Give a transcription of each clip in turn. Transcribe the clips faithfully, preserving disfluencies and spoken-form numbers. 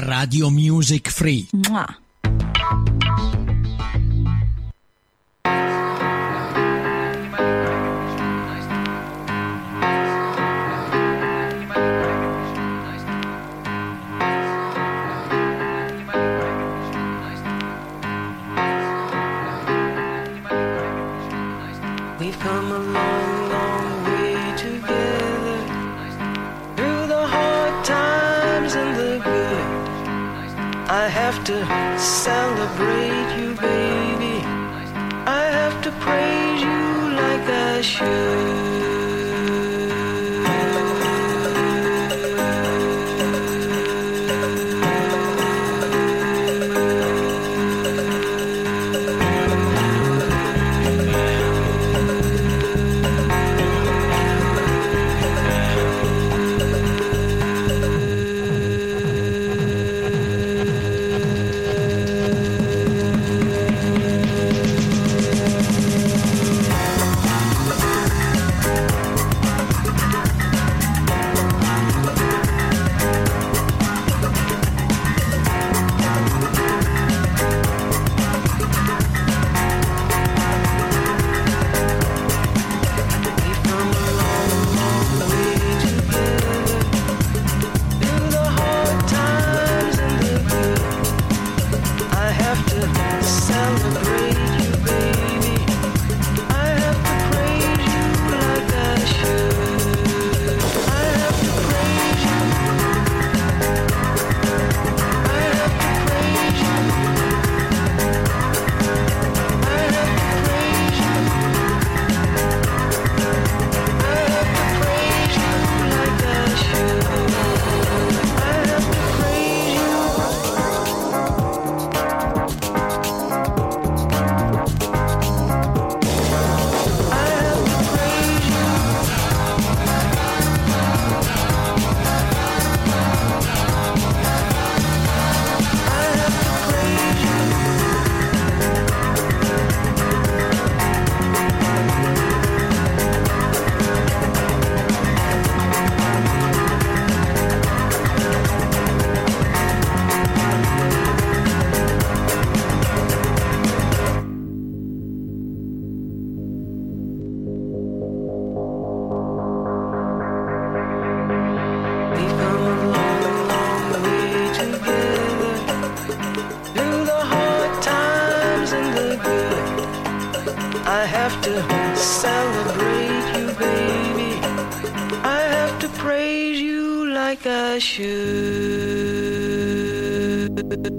Radio Music Free. Mua. We've come a long, long way together, through the hard times and the good. I have to celebrate you, baby. I have to praise you like I should. I have to celebrate you, baby. I have to praise you like I should.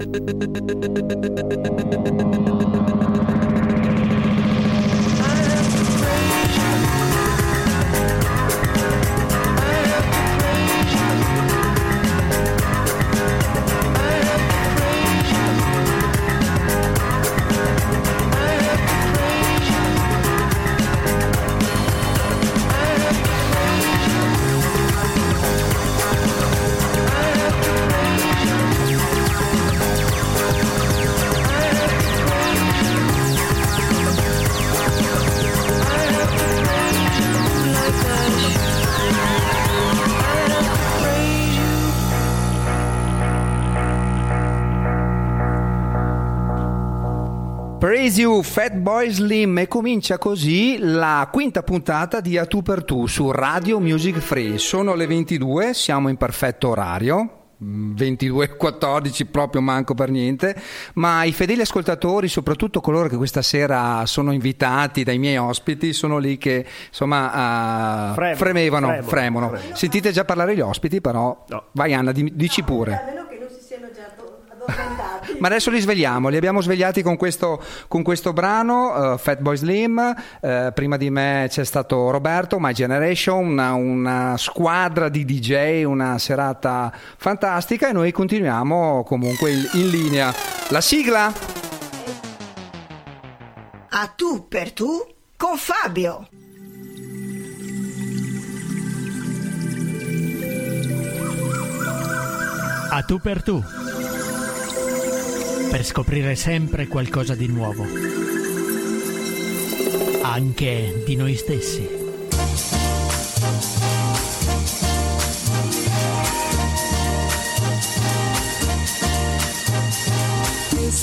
Praise You, Fatboy Slim, e comincia così la quinta puntata di A Tu per Tu su Radio Music Free. Sono le ventidue, siamo in perfetto orario, ventidue e quattordici proprio manco per niente, ma i fedeli ascoltatori, soprattutto coloro che questa sera sono invitati dai miei ospiti, sono lì che insomma uh, Fremo, fremevano, fremo, fremono. fremo. Sentite già parlare gli ospiti, però No. vai Anna, di- dici No, pure. almeno che non si siano già addo- addormentati. Ma adesso li svegliamo, li abbiamo svegliati con questo, con questo brano, uh, Fatboy Slim. Uh, prima di me c'è stato Roberto, My Generation, una, una squadra di D J, una serata fantastica, e noi continuiamo comunque in, in linea. La sigla? A tu per tu con Fabio. A tu per tu, per scoprire sempre qualcosa di nuovo, anche di noi stessi.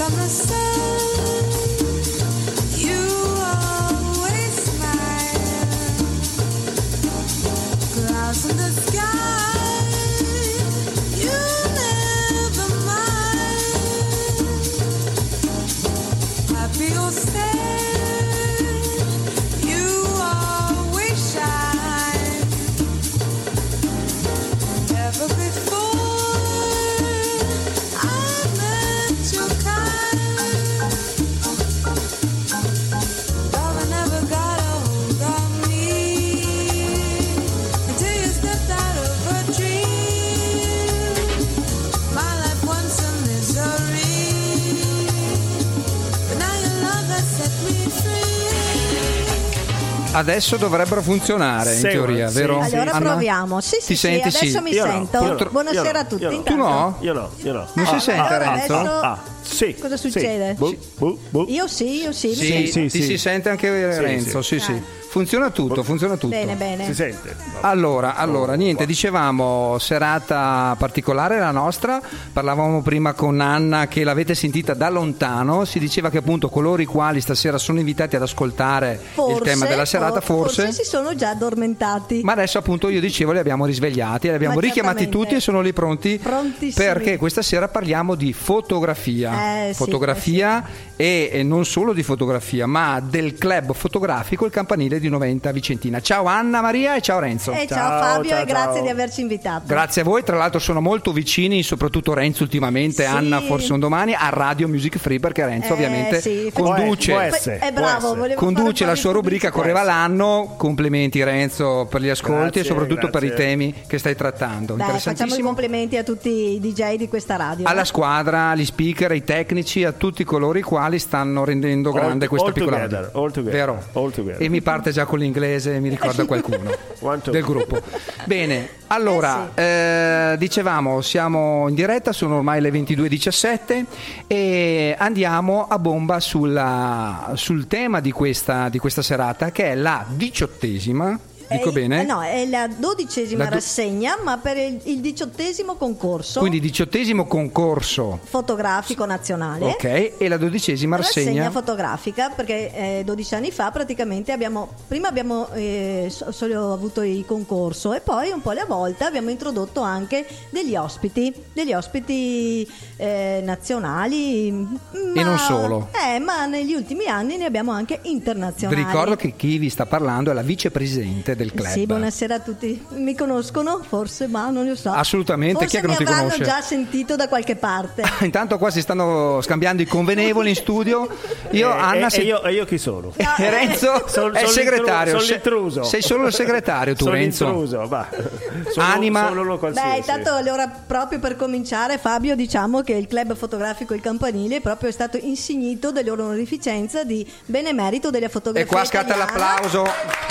Adesso dovrebbero funzionare in Sì, teoria, sì. vero? Allora Anna? proviamo. Sì, sì, Ti sì, senti? adesso Sì. mi Io no, sento. io no, Buonasera io no, a tutti. io no. intanto. Tu no? Io no, io no. Non si Ah, sente allora Renzo? adesso- Ah, sì. Cosa sì. succede? Bu, bu, bu. Io sì, io sì. mi Sì, sento. sì, ti sì. si sente anche Sì, Renzo, sì, sì. Ah. Funziona tutto, funziona tutto. Bene, bene. Si sente? Allora, allora, niente, dicevamo serata particolare la nostra, parlavamo prima con Anna che l'avete sentita da lontano, si diceva che appunto coloro i quali stasera sono invitati ad ascoltare Forse, il tema della serata, forse, forse si sono già addormentati. ma adesso appunto io dicevo li abbiamo risvegliati, li abbiamo Ma richiamati certamente. tutti e sono lì pronti Prontissimi. perché questa sera parliamo di fotografia, Eh, sì, fotografia e, e non solo di fotografia, ma del club fotografico Il Campanile di Noventa Vicentina. Ciao Anna Maria e ciao Renzo. E ciao, Ciao, Fabio ciao, e grazie ciao. di averci invitato. Grazie a voi, tra l'altro sono molto vicini, soprattutto Renzo ultimamente, Sì. Anna forse un domani, a Radio Music Free perché Renzo Eh, ovviamente sì, conduce, può essere. È bravo, essere. volevo conduce fare la sua un po' di rubrica pubblicità. Correva l'anno. Complimenti Renzo per gli ascolti Grazie, e soprattutto per i grazie. temi che stai trattando. Dai, facciamo i Interessantissimo. complimenti a tutti i D J di questa radio. Alla squadra, agli speaker, ai tecnici, a tutti coloro i quali stanno rendendo grande All- questa all piccola together, radio. all together, Vero? all together. E mi parte già con l'inglese, mi ricorda qualcuno One, two. del gruppo. Bene, allora Eh eh, dicevamo siamo in diretta, sono ormai le ventidue e diciassette e andiamo a bomba sulla, sul tema di questa, di questa serata che è la diciottesima. Dico È- bene? eh no, è la dodicesima La do- rassegna, ma per il, il diciottesimo concorso Quindi diciottesimo concorso, fotografico nazionale. ok, e la dodicesima Rassegna rassegna. fotografica, perché eh, dodici anni fa praticamente abbiamo prima abbiamo eh, so- solo avuto il concorso e poi un po' alla volta abbiamo introdotto anche degli ospiti, degli ospiti eh, nazionali ma- E non solo. eh, ma negli ultimi anni ne abbiamo anche Vi internazionali. ricordo che chi vi sta parlando è la vicepresidente del club. Sì, buonasera a tutti. Mi conoscono? Forse, ma non lo so. Assolutamente, chi Forse è che non mi ti avranno conosce? già sentito da qualche parte. Intanto qua si stanno scambiando i convenevoli in studio. Io, Eh, Anna, e, sei- e io, e io chi sono? e Renzo Sono- è il sono segretario. l'intru- sono Se- l'intruso. Sei solo il segretario tu, sono Renzo. intruso, va. Sono, Anima- sono uno Beh, qualsiasi. intanto allora proprio per cominciare, Fabio, diciamo che il club fotografico Il Campanile è proprio stato insignito dell'onorificenza di benemerito della E fotografia qua scatta italiana. l'applauso.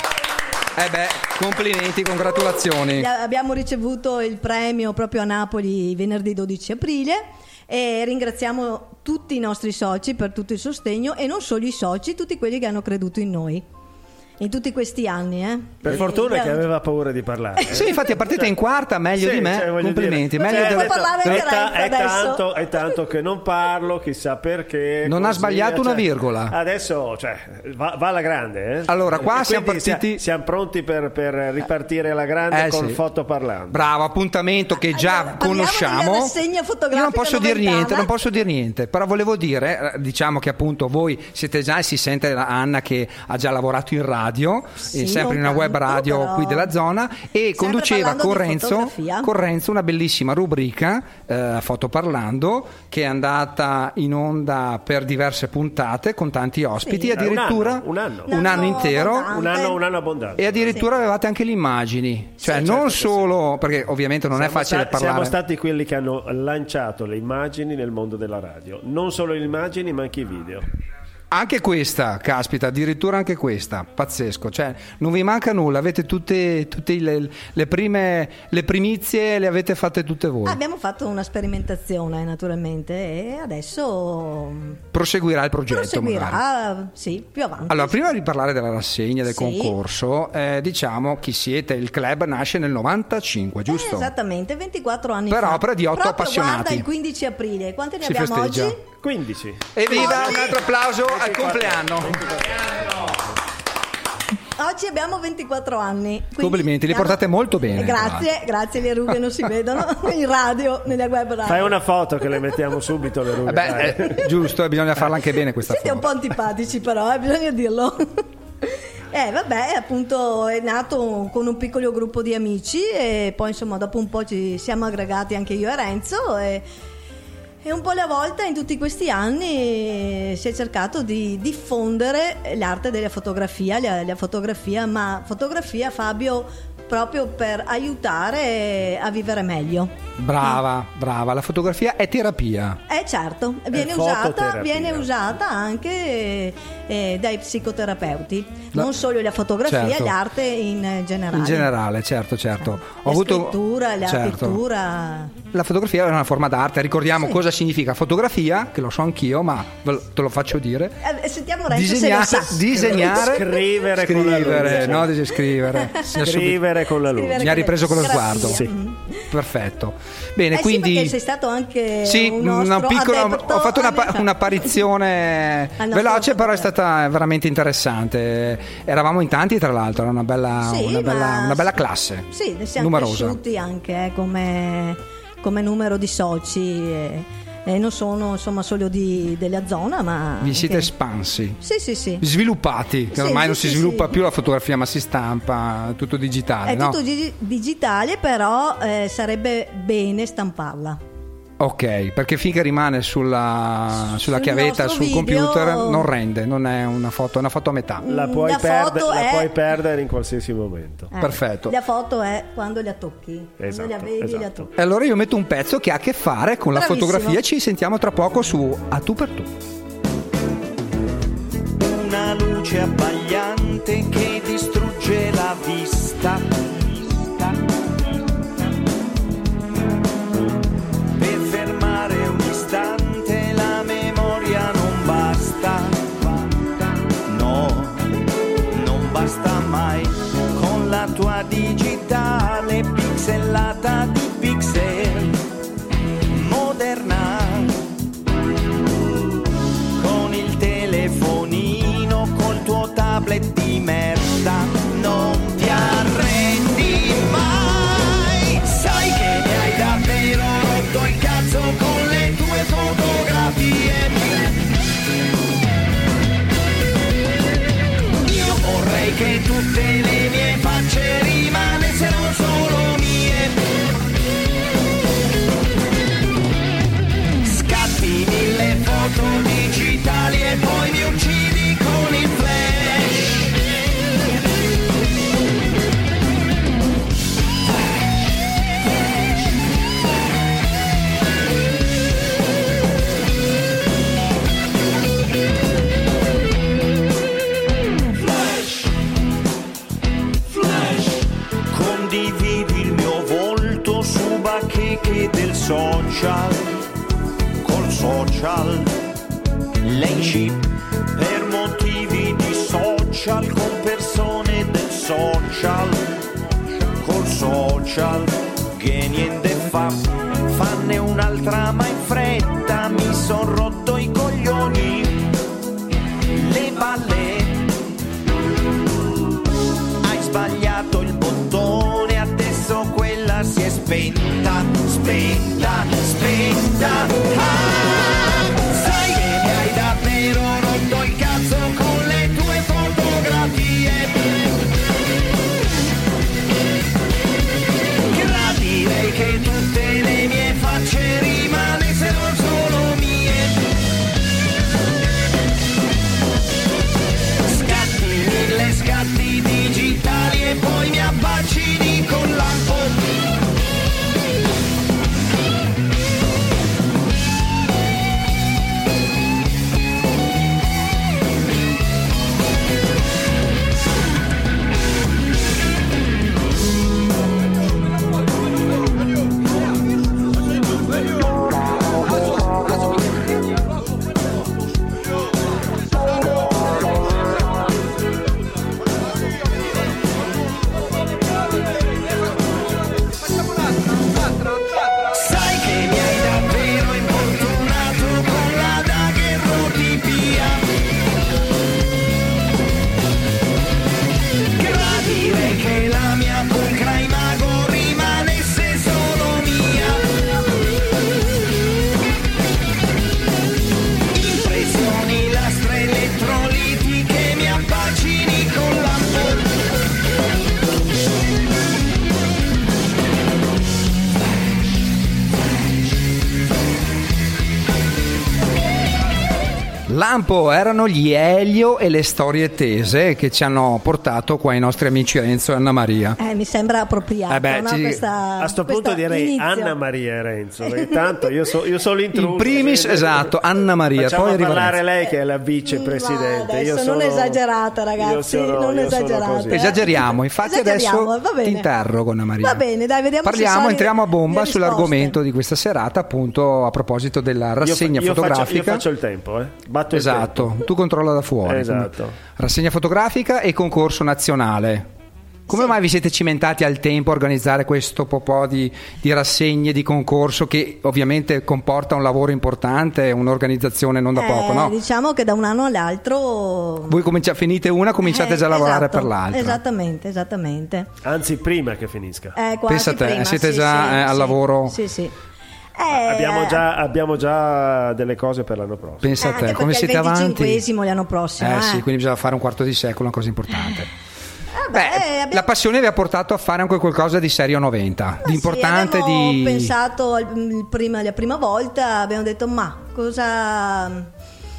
Eh beh, complimenti, congratulazioni. Abbiamo ricevuto il premio proprio a Napoli venerdì dodici aprile e ringraziamo tutti i nostri soci per tutto il sostegno e non solo i soci, tutti quelli che hanno creduto in noi in tutti questi anni. Eh. Per E- fortuna e- che aveva paura di parlare. eh. Sì, infatti è partita in quarta, meglio Sì, di me. cioè, voglio Complimenti. dire, meglio cioè, del- Può parlare è, anche ta- è Renzo adesso. tanto, è tanto che non parlo, chissà perché. Non ha così, sbagliato una cioè, virgola. Adesso cioè, va, va alla grande. Eh? Allora, qua E siamo quindi partiti- sia- Siamo pronti per, per ripartire alla grande Eh, col sì. fotoparlante. Bravo, appuntamento che già Allora, parliamo conosciamo. della rassegna fotografica Io non posso dire novantana. niente, non posso dire niente, però volevo dire, eh, diciamo che appunto voi siete già e si sente la Anna che ha già lavorato in radio, Sì, eh, sempre in non una web tanto, radio però. qui della zona e conduceva parlando con di Renzo, fotografia. con Renzo una bellissima rubrica eh, Fotoparlando che è andata in onda per diverse puntate con tanti ospiti, Sì. addirittura Eh, un anno, un anno. un Un anno anno intero. abbondante. Un anno, un anno abbondante. E addirittura avevate anche le immagini, cioè Sì, non certo che sì. solo, perché ovviamente non è Siamo facile sta- parlare. Siamo stati quelli che hanno lanciato le immagini nel mondo della radio. Non solo le immagini, ma anche i video. Anche questa, caspita, addirittura anche questa, pazzesco, cioè non vi manca nulla, avete tutte, tutte le, le prime, le primizie le avete fatte tutte voi. Abbiamo fatto una sperimentazione naturalmente e adesso Proseguirà il progetto proseguirà, magari. sì, più avanti. Allora, prima di parlare della rassegna, del Sì. concorso, eh, diciamo chi siete, il club nasce nel novantacinque, giusto? Eh, esattamente, ventiquattro anni Per fa. opera di otto Proprio, appassionati. Guarda, il quindici aprile. Quante ne Si abbiamo festeggia. oggi? quindici. Evviva, un altro applauso al compleanno. Oggi abbiamo ventiquattro anni. quindi Complimenti, li siamo- portate molto bene. Eh, Grazie, grazie, le rughe non si vedono in radio, nelle web radio. Fai una foto che le mettiamo subito le rughe. Eh beh, dai. eh, giusto, bisogna farla anche bene questa Siete un foto. po' antipatici però, eh, bisogna dirlo. Eh vabbè, appunto è nato con un piccolo gruppo di amici e poi insomma dopo un po' ci siamo aggregati anche io e Renzo e, e un po' alla volta in tutti questi anni si è cercato di diffondere l'arte della fotografia, la, la fotografia, ma fotografia, Fabio, proprio per aiutare a vivere meglio. Brava, brava, la fotografia è terapia. Eh certo, viene fototerapia. usata, viene usata anche eh, dai psicoterapeuti, La- non solo la fotografia, certo. l'arte in generale. In generale, certo, certo. La scrittura, la certo. pittura. La fotografia è una forma d'arte. Ricordiamo Sì. cosa significa fotografia, che lo so anch'io, ma ve lo- te lo faccio dire. Eh, sentiamo Renzo Disegnare, se lo sa. disegnare, Scrivere con la scrivere, luce. no, dice scrivere. Scrivere con la luce. Scrivere Mi ha con le- ripreso con lo grafia. sguardo. Sì. Mhm. Perfetto. Bene, Eh sì, quindi perché sei stato anche sì, un una nostro piccola, adepto ho fatto una, alle- pa- un'apparizione Al nostro veloce, però è fotografo. stata veramente interessante. Eravamo in tanti, tra l'altro, era una bella, Sì, una bella, ma- una bella classe. Sì, ne siamo numerosa. cresciuti anche eh, come, come numero di soci e, e non sono insomma solo di, della zona, ma Vi siete anche- espansi. Sì, sì, sì. Sviluppati, che Sì, ormai sì, non si sì, sviluppa sì. più la fotografia, ma si stampa, è tutto digitale, È no? tutto gi- digitale, però eh, sarebbe bene stamparla. Ok, perché finché rimane sulla, sulla Sul chiavetta, nostro sul video- computer, non rende, non è una foto, è una foto a metà. La puoi, La perde- foto la è- puoi perdere in qualsiasi momento. Eh, Perfetto. La foto è quando la tocchi, Esatto, quando la vedi esatto. la tocchi. E allora io metto un pezzo che ha a che fare con la Bravissimo. fotografia, ci sentiamo tra poco su A Tu per Tu. Una luce abbagliante che distrugge la vista. Per fermare un istante la memoria non basta. No, non basta mai. Con la tua digitale pixellata di pixel moderna. Con il telefonino, col tuo tablet di merda, non ti arrendi mai. Sai che mi hai davvero rotto il cazzo con le tue fotografie. Io vorrei che tutte le mie facce rimanessero solo mie. Scatti mille foto digitali e poi mi uccidi con il flash. Flash. Flash. Condividi il mio volto su bacheche del social. Col social Lei per motivi di social con persone del social. Col social che niente fa, fanne un'altra ma in fretta. Mi son rotto i coglioni, le balle. Hai sbagliato il bottone, adesso quella si è spenta, spenta, spenta. Ah, sai che mi hai davvero rotto il cazzo con le tue fotografie. Gradirei che tutte le mie facce rimanessero solo mie. Scatti, mille scatti digitali e poi mi abbacini con lampo. Lampo, erano gli Elio e le storie tese che ci hanno portato qua i nostri amici Renzo e Anna Maria. Eh, mi sembra appropriato. Eh beh, no? ci- Questa- A sto questo punto direi inizio. Anna Maria e Renzo, perché tanto io, so, io sono l'intruso. In primis, quindi- esatto, Anna Maria, Facciamo poi arriva parlare Renzo. lei che è la Ma vicepresidente. adesso Io non sono- esagerata, ragazzi, io sono- non io sono esagerate. così. Esageriamo, infatti Esageriamo, adesso va bene. ti interrogo Anna Maria. Va bene, dai, vediamo se Parliamo, so le- entriamo a bomba le sull'argomento di questa serata, appunto a proposito della Io, rassegna io fotografica. Faccio, io faccio il tempo, eh. Batto il Esatto, tempo. tu controlla da fuori. Esatto. Quindi, rassegna fotografica e concorso nazionale. Come mai vi siete cimentati al tempo a organizzare questo po' di, di rassegne, di concorso che ovviamente comporta un lavoro importante, un'organizzazione non da Eh, poco, no? Diciamo che da un anno all'altro Voi comincia- finite una, cominciate Eh, già a lavorare esatto, per l'altra. Esattamente, esattamente. Anzi, prima che finisca. Eh, quasi Pensa a te, prima, siete sì, già, sì, eh, al sì. lavoro. Sì, sì. Eh, Abbiamo già, abbiamo già delle cose per l'anno prossimo. Pensa a anche te, come perché siete è il avanti? venticinquesimo l'anno prossimo. Eh eh. sì, quindi bisogna fare un quarto di secolo, una cosa importante. Vabbè, Beh, eh, abbiamo- la passione vi ha portato a fare anche qualcosa di serio novanta, Ma di sì, importante, abbiamo di... pensato il- il prima- la prima volta, abbiamo detto ma cosa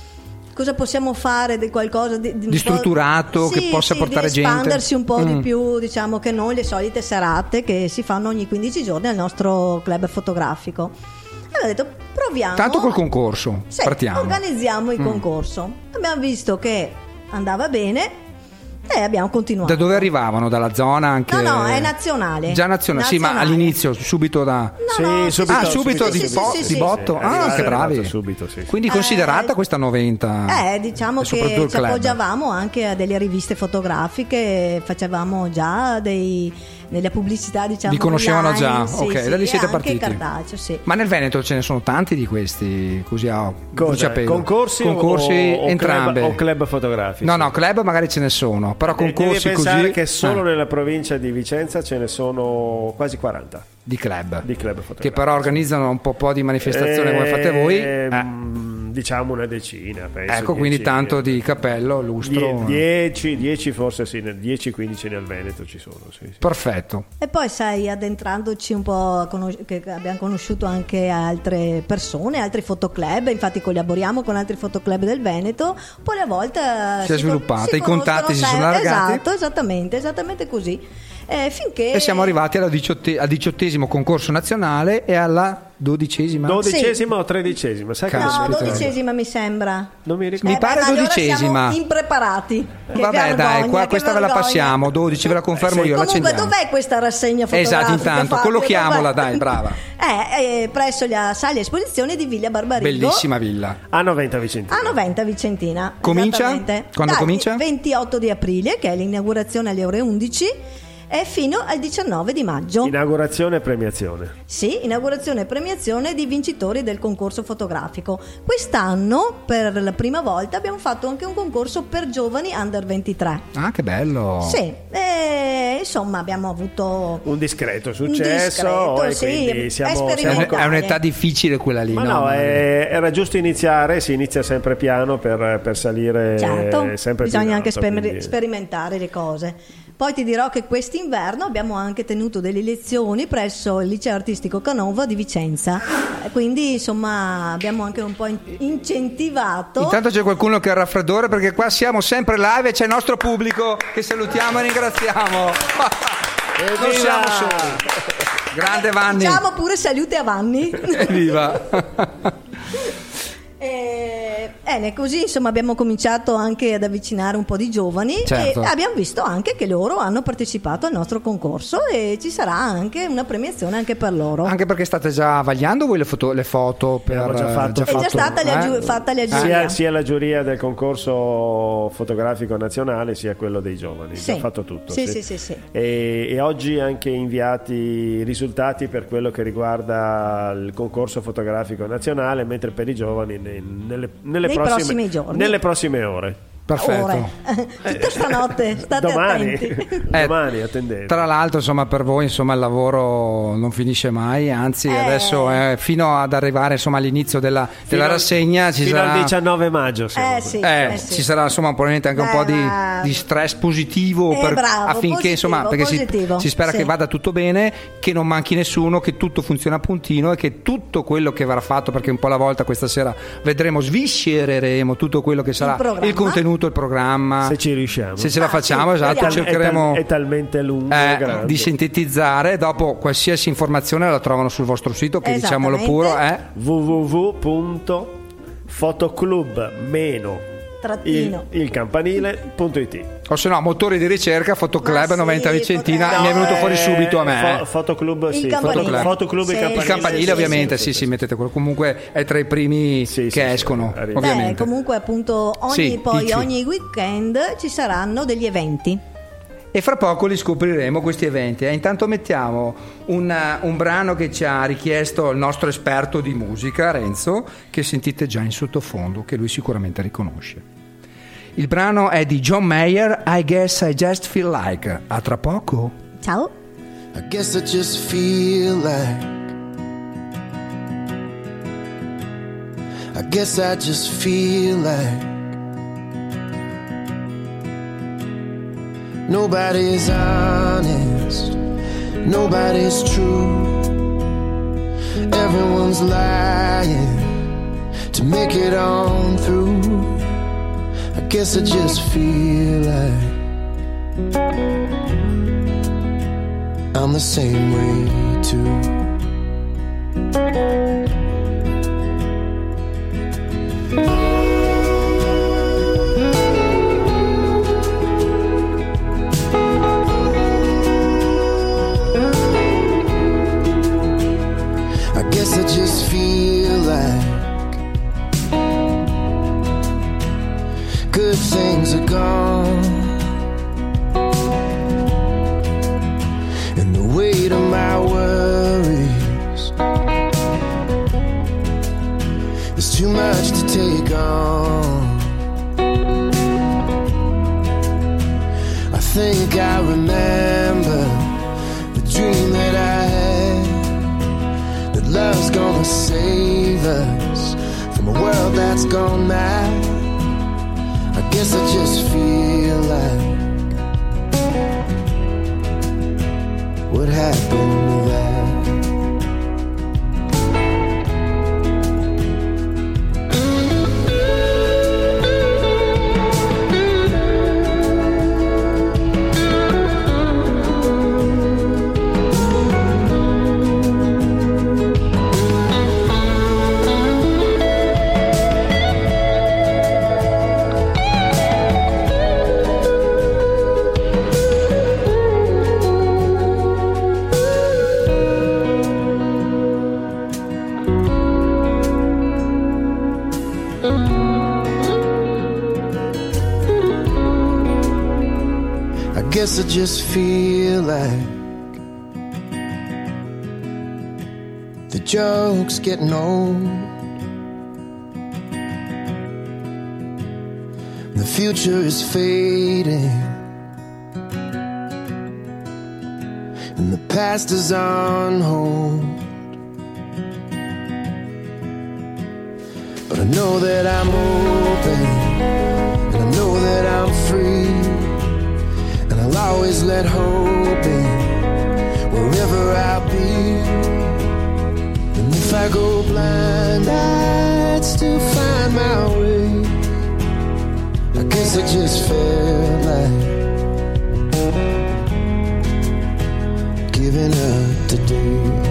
cosa possiamo fare di qualcosa di, Di un po'- strutturato, che Sì, possa sì, portare di gente. espandersi un po' Mm. di più, diciamo, che non le solite serate che si fanno ogni quindici giorni al nostro club fotografico. E abbiamo detto proviamo. Tanto col concorso, Sì, partiamo. organizziamo il Mm. concorso. Abbiamo visto che andava bene e abbiamo continuato. Da dove arrivavano? Dalla zona anche... No, no, è nazionale. Già nazionale, sì, ma Nazionale. all'inizio, subito da... Sì, no, subito, ah, subito, sì, di, sì, bo- sì, di sì, botto? sì. Ah, È che bravi. arrivato subito, sì, sì. Quindi considerata Eh, questa novanta? Eh, diciamo e soprattutto che il ci club. appoggiavamo anche a delle riviste fotografiche, facevamo già dei, delle pubblicità, diciamo. Vi conoscevano online, già? sì, Ok, sì, da lì siete anche partiti. cartaceo, sì. Ma nel Veneto ce ne sono tanti di questi, così a Cosa? bruciapelo. Concorsi, Concorsi o, o entrambe. club, o club fotografici? No, no, club magari ce ne sono, però Devi concorsi pensare così che solo eh, nella provincia di Vicenza ce ne sono quasi quaranta di club, di club fotografici. che però organizzano un po', po' di manifestazione come fate voi. Eh, Ehm, Diciamo una decina, penso. ecco, quindi dieci- tanto di cappello, lustro. dieci, dieci forse sì, nel dieci quindici nel Veneto ci sono, sì, sì. Perfetto. E poi sai, addentrandoci un po', conos- che abbiamo conosciuto anche altre persone, altri fotoclub, infatti collaboriamo con altri fotoclub del Veneto, poi a volte eh, Si è con- sviluppata, i conoscono contatti si se- sono allargati. Esatto, esattamente, esattamente così. Eh, finché E siamo arrivati alla diciotte- al diciottesimo concorso nazionale e alla dodicesima. Dodicesima o tredicesima? Sai che Cazzo. non mi No, ricordo. dodicesima mi sembra. Non mi ricordo. Mi Eh, pare beh, ma allora dodicesima. siamo impreparati. Che Vabbè, dai, vergogna, qua- che questa ve la vergogna. passiamo, dodici ve la confermo io, la Comunque, accendiamo. dov'è questa rassegna fotografica? Esatto, intanto, Fabio? collochiamola, Dov'è? dai, brava. Eh, eh, presso la sala esposizioni di Villa Barbarigo. Bellissima villa. A novanta Vicentina. A novanta Vicentina. Comincia? Esattamente. Quando Dal comincia? ventotto di aprile, che è l'inaugurazione alle ore undici, e fino al diciannove di maggio. Inaugurazione e premiazione. Sì, inaugurazione e premiazione di vincitori del concorso fotografico. Quest'anno, per la prima volta, abbiamo fatto anche un concorso per giovani under ventitré. Ah, che bello. Sì, e, insomma abbiamo avuto Un discreto un successo discreto, e sì, quindi siamo, È, sperimentale. siamo un- è un'età difficile quella lì, Ma no? no, è- era giusto iniziare, si inizia sempre piano per, per salire Certo, sempre più bisogna in anche alto, sper- quindi- sperimentare le cose. Poi ti dirò che quest'inverno abbiamo anche tenuto delle lezioni presso il liceo artistico Canova di Vicenza. Eh, Quindi insomma abbiamo anche un po' in- incentivato. Intanto c'è qualcuno che ha il raffreddore perché qua siamo sempre live e c'è il nostro pubblico che salutiamo e ringraziamo. Non Evviva! siamo soli. Grande Vanni. Diciamo pure salute a Vanni. Viva. Eh, bene, così insomma abbiamo cominciato anche ad avvicinare un po' di giovani Certo. e abbiamo visto anche che loro hanno partecipato al nostro concorso e ci sarà anche una premiazione anche per loro. Anche perché state già vagliando voi le foto, le foto per Abbiamo già fatto- È già stata la giu- fatta la giuria. Sia, sia la giuria del concorso fotografico nazionale sia quello dei giovani, Sì. ha fatto tutto. Sì, sì, sì, sì. E, e oggi anche inviati i risultati per quello che riguarda il concorso fotografico nazionale, mentre per i giovani ne- nelle, nelle Nei prossime, prossimi giorni. nelle prossime ore. Perfetto. ore. Tutta stanotte, state domani, attenti. Eh, domani attendete. Tra l'altro, insomma, per voi insomma il lavoro non finisce mai, anzi Eh. adesso eh, fino ad arrivare insomma all'inizio della, della Fino- rassegna ci fino sarà al diciannove maggio siamo Eh qui. sì, Eh, eh sì. ci sarà insomma probabilmente anche un Beh, po' di, ma- di stress positivo Eh, per- bravo, affinché positivo, insomma perché si, positivo, si spera sì. che vada tutto bene, che non manchi nessuno, che tutto funzioni a puntino e che tutto quello che verrà fatto, perché un po' alla volta questa sera vedremo, sviscereremo tutto quello che sarà Il programma. il contenuto, il programma, Se ci riusciamo. se ce la Ah, facciamo, sì, esatto, speriamo. È tal- cercheremo è talmente lungo eh, e grande. di sintetizzare. Dopo qualsiasi informazione la trovano sul vostro sito, che diciamolo Esattamente. pure, eh. w w w punto fotoclub meno Trattino. il, il campanile punto it. O se no, motori di ricerca, Fotoclub Ma sì, novanta Vicentina, potrebbe- mi è venuto fuori eh, subito a me. fo- fotoclub, Il sì. campanile. Foto- Fotoclub Sì. e campanile. Il campanile, sì, ovviamente, sì, sì, sì, mettete quello. Comunque è tra i primi Sì, che sì, sì, escono, arriva. ovviamente. Beh, comunque appunto ogni, Sì, poi dici. ogni weekend ci saranno degli eventi. E fra poco li scopriremo questi eventi. E intanto mettiamo un, un brano che ci ha richiesto il nostro esperto di musica, Renzo, che sentite già in sottofondo, che lui sicuramente riconosce. Il brano è di John Mayer, I Guess I Just Feel Like. A tra poco. Ciao. I guess I just feel like I guess I just feel like nobody's honest, nobody's true. Everyone's lying to make it on through. I guess I just feel like I'm the same way too. I guess I just feel like good things are gone, and the weight of my worries is too much to take on. I think I remember the dream that I had, that love's gonna save us from a world that's gone mad. I guess I just feel like what happened to that? I guess I just feel like the joke's getting old. The future is fading, and the past is on hold. But I know that I'm open, and I know that I'm free, and I'll always let hope in wherever I'll be. And if I go blind, I'd still find my way. I guess I just felt like giving up today.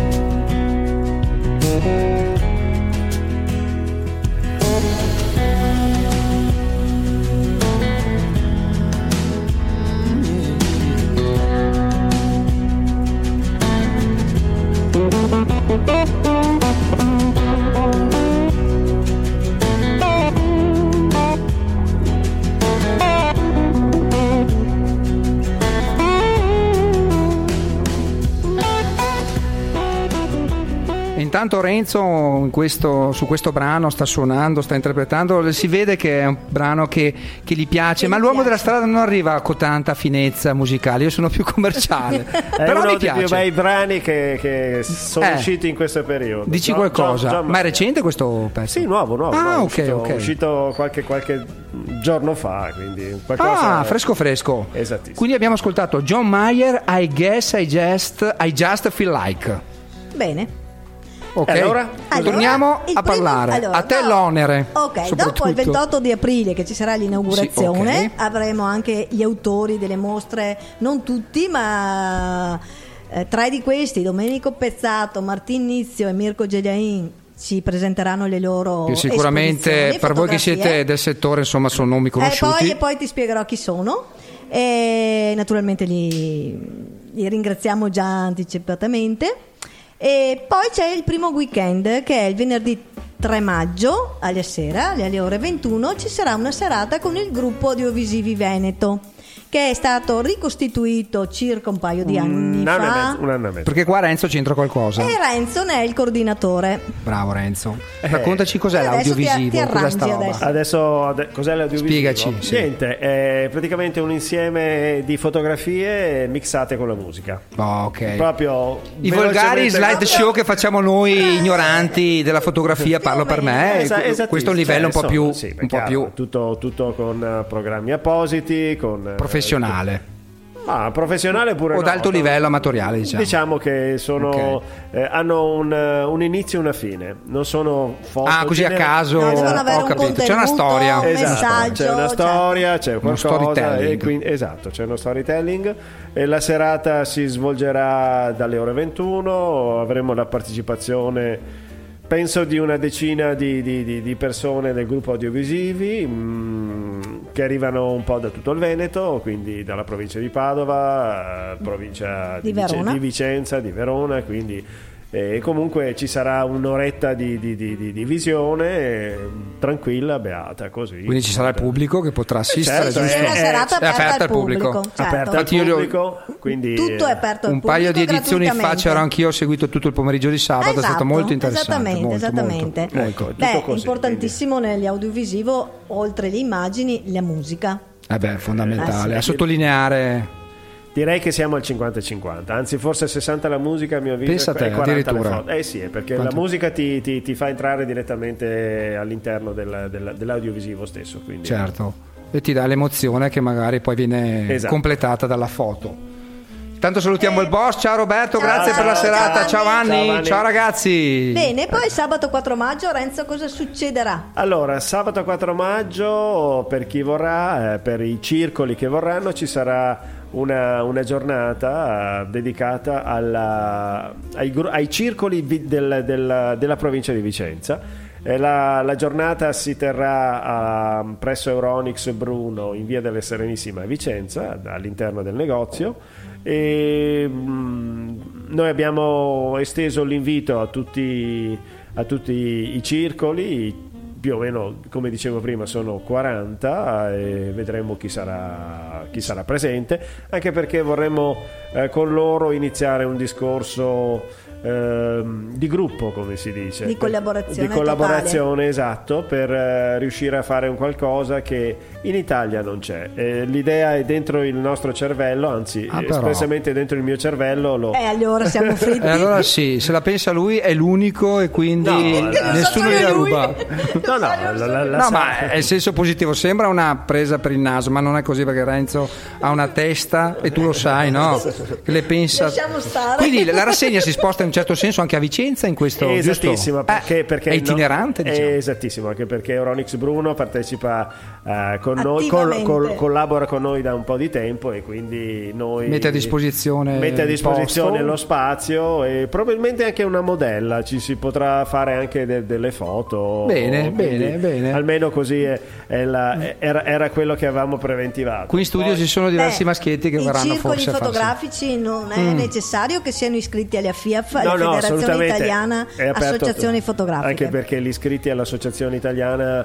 intanto Renzo in questo, su questo brano sta suonando, sta interpretando, si vede che è un brano che, che gli piace, che ma l'uomo piace. Della strada non arriva con tanta finezza musicale, io sono più commerciale. È però uno mi dei piace. più bei brani che, che sono eh, usciti in questo periodo. Dici no? qualcosa? John, John ma è recente questo pezzo? Sì, nuovo, nuovo. Ah, nuovo, ok, uscito, ok. uscito qualche, qualche giorno fa, quindi qualcosa. Ah, fresco fresco. Esattissimo. Quindi abbiamo ascoltato John Mayer, I Guess I Just, I Just Feel Like. Bene. Ok, allora? torniamo allora, a parlare. Primo, allora, a te no, l'onere. Ok, dopo il ventotto di aprile che ci sarà l'inaugurazione, sì, okay. avremo anche gli autori delle mostre, non tutti, ma eh, tre di questi, Domenico Pezzato, Martin Nizio e Mirko Geliain, ci presenteranno le loro che sicuramente per voi che siete del settore, insomma, sono nomi conosciuti. E poi, e poi ti spiegherò chi sono. E naturalmente li, li ringraziamo già anticipatamente. E poi c'è il primo weekend, che è il venerdì tre maggio alla sera, alle ore ventuno, ci sarà una serata con il gruppo Audiovisivi Veneto, che è stato ricostituito circa un paio di anni un fa. Anno e mezzo, un anno e mezzo. Perché qua Renzo c'entra qualcosa. E Renzo ne è il coordinatore. Bravo Renzo. Raccontaci cos'è Eh, l'audiovisivo. ti- ti Cos'è sta arrangi roba? adesso. Adesso ade- cos'è l'audiovisivo? Spiegaci, sì. Niente, è praticamente un insieme di fotografie mixate con la musica. Oh, ok. Proprio I volgari velocemente- slide show che facciamo noi ignoranti della fotografia, parlo per me. Esa- eh, questo è un livello un po' Cioè, più, insomma, sì, un po' chiaro, più tutto, tutto con eh, programmi appositi, con eh, professionale. Ma professionale pure o no, d'alto no. livello amatoriale, diciamo. Diciamo che sono Ok. eh, hanno un, un inizio e una fine, non sono foto Ah, così a genere- caso. No, devono avere ho un capito. C'è una contenuto, storia. un Esatto, messaggio, c'è una cioè- storia, c'è Uno qualcosa storytelling. e quindi, esatto, c'è uno storytelling e la serata si svolgerà dalle ore ventuno, avremo la partecipazione penso di una decina di, di, di, di persone del gruppo Audiovisivi mh, che arrivano un po' da tutto il Veneto, quindi dalla provincia di Padova, eh, provincia Di di, Vice- Verona. di Vicenza, di Verona, quindi e comunque ci sarà un'oretta di, di, di, di, di visione eh, tranquilla, beata, così. Quindi ci sarà il pubblico che potrà assistere, certo, giusto? È una serata È aperta, aperta al al pubblico. pubblico, certo. Aperta al Infatti io- pubblico, quindi Tutto è aperto al Un pubblico paio di edizioni fa gratuitamente. c'ero anch'io, ho seguito tutto il pomeriggio di sabato, è stato Esatto, molto interessante. esattamente, molto, esattamente. molto, molto. Ecco, Beh, tutto così, importantissimo negli audiovisivo, oltre le immagini, la musica. Eh beh, è fondamentale, Eh sì. a sottolineare. direi che siamo al cinquanta e cinquanta, anzi forse sessanta la musica a mio avviso Pensa a te, e quaranta le addirittura. foto. Eh sì, è perché Quanto? la musica ti, ti, ti fa entrare direttamente all'interno del, del, dell'audiovisivo stesso, quindi Certo, e ti dà l'emozione che magari poi viene Esatto. completata dalla foto. Intanto salutiamo il boss, ciao Roberto, Ciao, grazie per la ciao, serata, ciao, ciao Vanni. Vanni, Ciao, Vanni. ciao ragazzi. Bene, poi sabato quattro maggio, Renzo, cosa succederà? Allora, sabato quattro maggio, per chi vorrà, eh, per i circoli che vorranno, ci sarà una, una giornata eh, dedicata alla, ai, gru- ai circoli vi- del- del- della provincia di Vicenza. Eh, la, la giornata si terrà a- presso Euronix Bruno in via delle Serenissime a Vicenza, all'interno del negozio. E, mh, noi abbiamo esteso l'invito a tutti, a tutti i circoli, più o meno come dicevo prima sono quaranta, e vedremo chi sarà, chi sarà presente, anche perché vorremmo eh, con loro iniziare un discorso ehm, di gruppo, come si dice, Di collaborazione di collaborazione esatto, per eh, riuscire a fare un qualcosa che in Italia non c'è. Eh, l'idea è dentro il nostro cervello, anzi Ah, però. espressamente dentro il mio cervello lo... Eh, allora siamo fritti. E allora sì, se la pensa lui è l'unico e quindi No, la- nessuno Solo gliela lui. ruba. No, no, la, la- la- No, sa- ma è il senso positivo, sembra una presa per il naso, ma non è così perché Renzo ha una testa e tu lo sai, no? Che le pensa. Lasciamo stare. Quindi la rassegna si sposta in un certo senso anche a Vicenza in questo, È giusto? esattissimo, perché, Eh, perché è itinerante, no, diciamo. è esattissimo, anche perché Euronix Bruno partecipa eh, con noi, col- Attivamente. col- collabora con noi da un po' di tempo e quindi noi Mette a disposizione mette a il disposizione posto. lo spazio e probabilmente anche una modella, ci si potrà fare anche de- delle foto. Bene, quindi bene, bene. almeno così è- è la- è- era, era quello che avevamo preventivato. Qui in studio ci sono diversi Beh, maschietti che i vorranno circoli forse farsi. fotografici non è Mm. necessario che siano iscritti alla FIAF, alla No, no, Federazione assolutamente. Italiana È aperto a Associazioni tutti. Fotografiche. Anche perché gli iscritti all'Associazione Italiana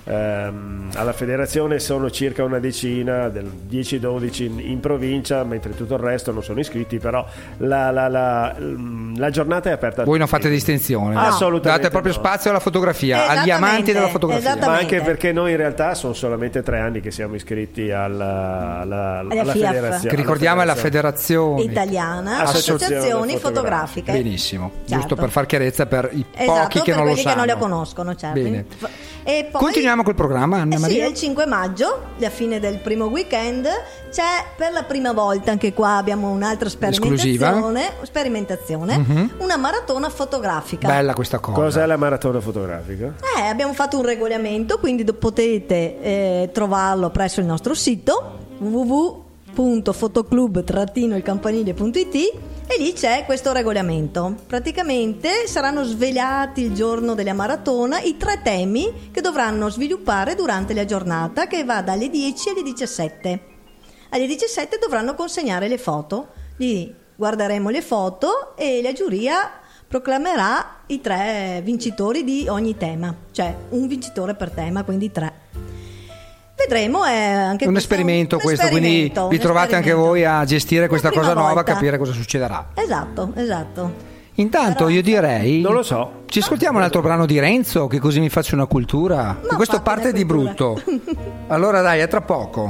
ehm, alla federazione sono circa una decina, del dieci dodici in, in provincia, mentre tutto il resto non sono iscritti, però la, la, la, la giornata è aperta a Voi non tutti. fate distinzione, No. Assolutamente date proprio no. spazio alla fotografia, agli amanti della fotografia. Ma anche perché noi in realtà sono solamente tre anni che siamo iscritti alla, alla, Alla alla F I A F. federazione. Che ricordiamo è la federazione italiana Associazione associazioni fotografiche. fotografiche. Benissimo, Certo. giusto per far chiarezza per i Esatto, pochi che per non lo quelli sanno. che non le conoscono, certo. Bene. E poi, Continuiamo col programma, Anna eh sì, Maria. è il cinque maggio, alla fine del primo weekend, c'è per la prima volta, anche qua abbiamo un'altra sperimentazione, sperimentazione Mhm. una maratona fotografica. Bella questa cosa. Cos'è la maratona fotografica? Eh, abbiamo fatto un regolamento, quindi do- potete eh, trovarlo presso il nostro sito w w w punto fotoclub il campanile punto i t e lì c'è questo regolamento. Praticamente saranno svelati il giorno della maratona i tre temi che dovranno sviluppare durante la giornata, che va dalle dieci alle diciassette. Alle diciassette dovranno consegnare le foto, lì guarderemo le foto e la giuria proclamerà i tre vincitori di ogni tema, cioè un vincitore per tema, quindi tre. Vedremo, è anche un questo esperimento un questo, esperimento, quindi vi un trovate anche esperimento. voi a gestire questa La prima cosa nuova, a volta. capire cosa succederà. Esatto, esatto. Intanto io direi, Non lo so. ci ascoltiamo un altro brano di Renzo, che così mi faccio una cultura. Che questo fatti una parte di cultura. brutto. Allora dai, a tra poco.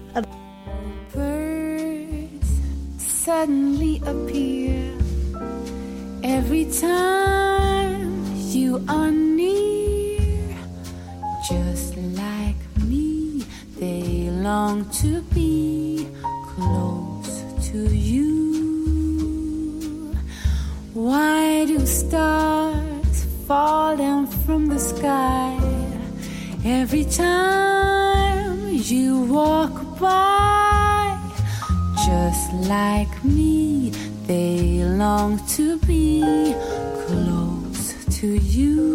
Birds suddenly appear every time you are near. Just like me, they long to be close to you. Why do stars fall down from the sky every time you walk by? Just like me, they long to be close to you.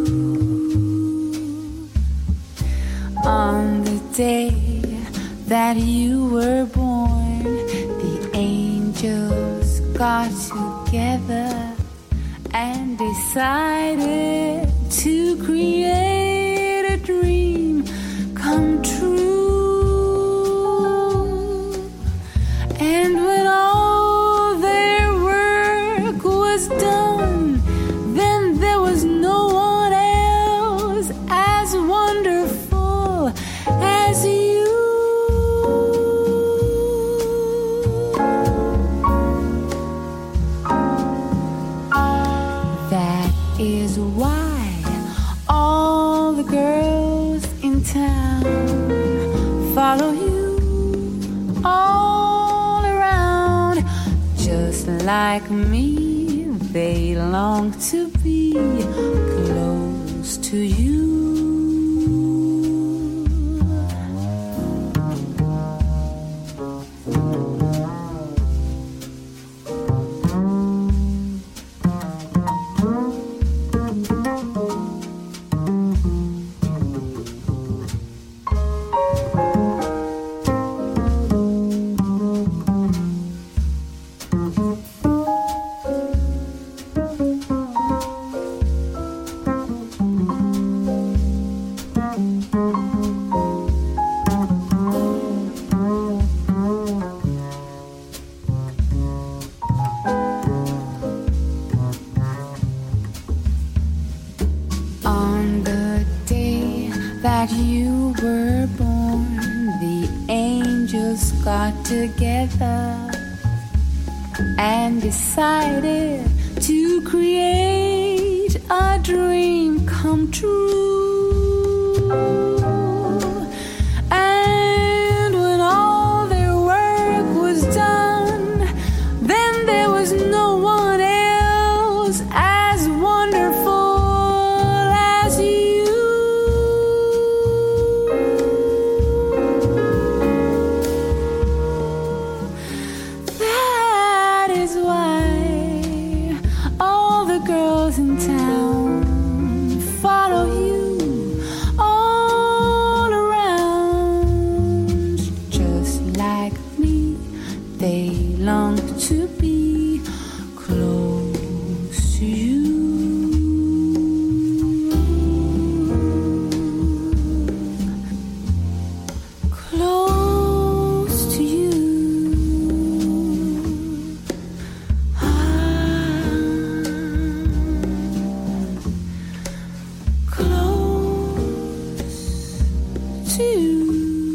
On the day that you were born, the angels got together and decided to create a dream come true. And when all their work was done, then there was no one else as wonderful as you. That is why all the girls in town follow you all around. Just like me, they long to be close to you. On the day that you were born, the angels got together and decided to create a dream come true. And when all their work was done, then there was no one else as wonderful as you. That is why all the girls in town too.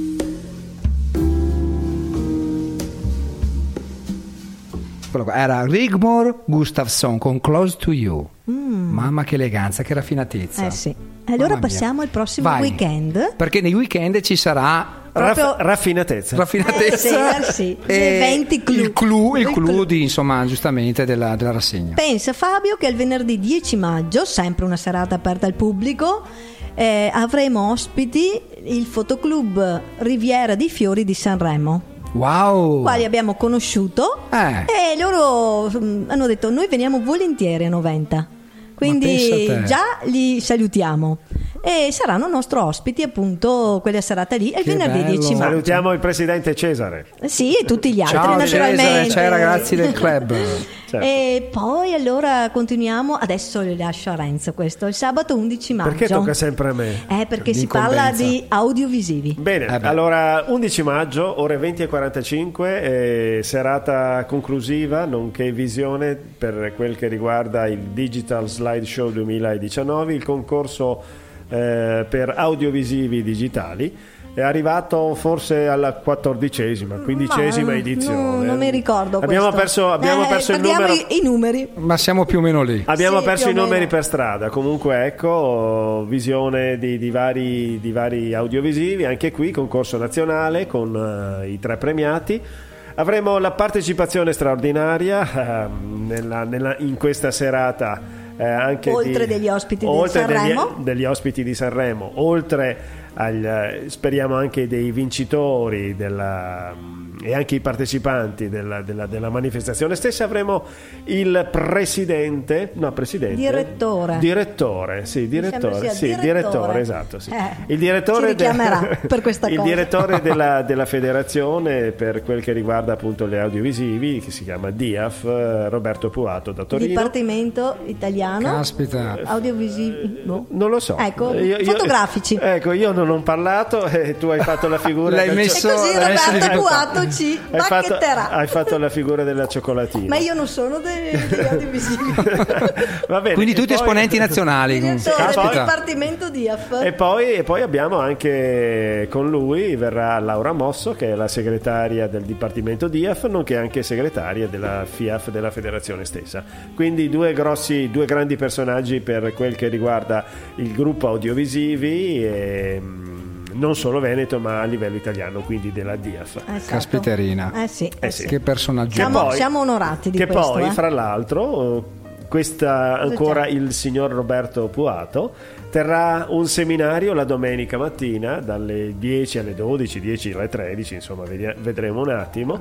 Quello qua era Rigmor Gustafsson con Close to You. Mamma che eleganza, che raffinatezza. Eh sì. Allora Mamma passiamo mia. al prossimo Vai. weekend. Perché nei weekend ci sarà Proprio- Raff- raffinatezza. raffinatezza Eh, sì, sì. e Eventi clou. il clou, il Il clou clou. di, insomma, giustamente della, della rassegna. Pensa Fabio che il venerdì dieci maggio, sempre una serata aperta al pubblico, eh, avremo ospiti il fotoclub Riviera dei Fiori di Sanremo, Wow. quali abbiamo conosciuto Eh. e loro mm, hanno detto noi veniamo volentieri a Noventa, quindi pensa te. già li salutiamo e saranno nostro ospiti appunto quella serata lì, il Che venerdì bello. dieci maggio. Salutiamo il presidente Cesare. Sì, e tutti gli altri Ciao naturalmente. Cesare, ciao ragazzi del club. Certo. E poi allora continuiamo, adesso le lascio a Renzo questo, il sabato undici maggio. Perché tocca sempre a me? Eh, perché si parla L'incombenza. di audiovisivi. Bene, Eh beh. allora undici maggio, ore venti e quarantacinque, eh, serata conclusiva nonché visione per quel che riguarda il Digital Slideshow duemiladiciannove, il concorso eh, per audiovisivi digitali. È arrivato forse alla quattordicesima, quindicesima Ma, edizione. no, non mi ricordo Abbiamo questo. perso, abbiamo Eh, perso il perdiamo numero. i, i numeri. Ma siamo più o meno lì. Abbiamo Sì, perso più i o numeri meno. per strada. Comunque, ecco, visione di, di vari, di vari audiovisivi. Anche qui, concorso nazionale con eh, i tre premiati. Avremo la partecipazione straordinaria eh, nella- nella- in questa serata. eh, anche Oltre di- degli ospiti di oltre degli- Sanremo. degli ospiti di Sanremo, oltre agli, eh, speriamo anche dei vincitori della, e anche i partecipanti della, della- della manifestazione stessa. Avremo il presidente, no presidente, Direttore. direttore, sì, sembra direttore, sia sì, direttore. direttore, esatto, sì. Eh, il direttore ci richiamerà per questa il cosa. direttore della, della federazione per quel che riguarda appunto le audiovisivi, che si chiama D I A F, eh, Roberto Puato da Torino. Dipartimento italiano Caspita. audiovisivi, boh. Non lo so. Ecco, Io- io- fotografici. Ecco, io non ho parlato e tu hai fatto la figura. L'hai del- messo- E così l'hai messo in Roberto difficoltà. Puato ci hai fatto, bacchetterà. hai fatto la figura della cioccolatina. Ma io non sono dei, degli audiovisivi. Va bene. Quindi e tutti poi- esponenti nazionali. Direttore del Caspita. Dipartimento D I A F. E poi, e poi abbiamo anche con lui verrà Laura Mosso, che è la segretaria del Dipartimento D I A F, nonché anche segretaria della F I A F, della federazione stessa. Quindi due grossi, due grandi personaggi per quel che riguarda il gruppo audiovisivi, e, mh, non solo Veneto ma a livello italiano, quindi della D I A F. Esatto. Caspiterina. Eh sì, eh Eh sì. sì. Che personaggio. Siamo, poi- siamo onorati di che questo. poi, eh. fra l'altro, questa ancora il signor Roberto Puato terrà un seminario la domenica mattina dalle dieci alle dodici, dieci alle tredici, insomma vedi- vedremo un attimo,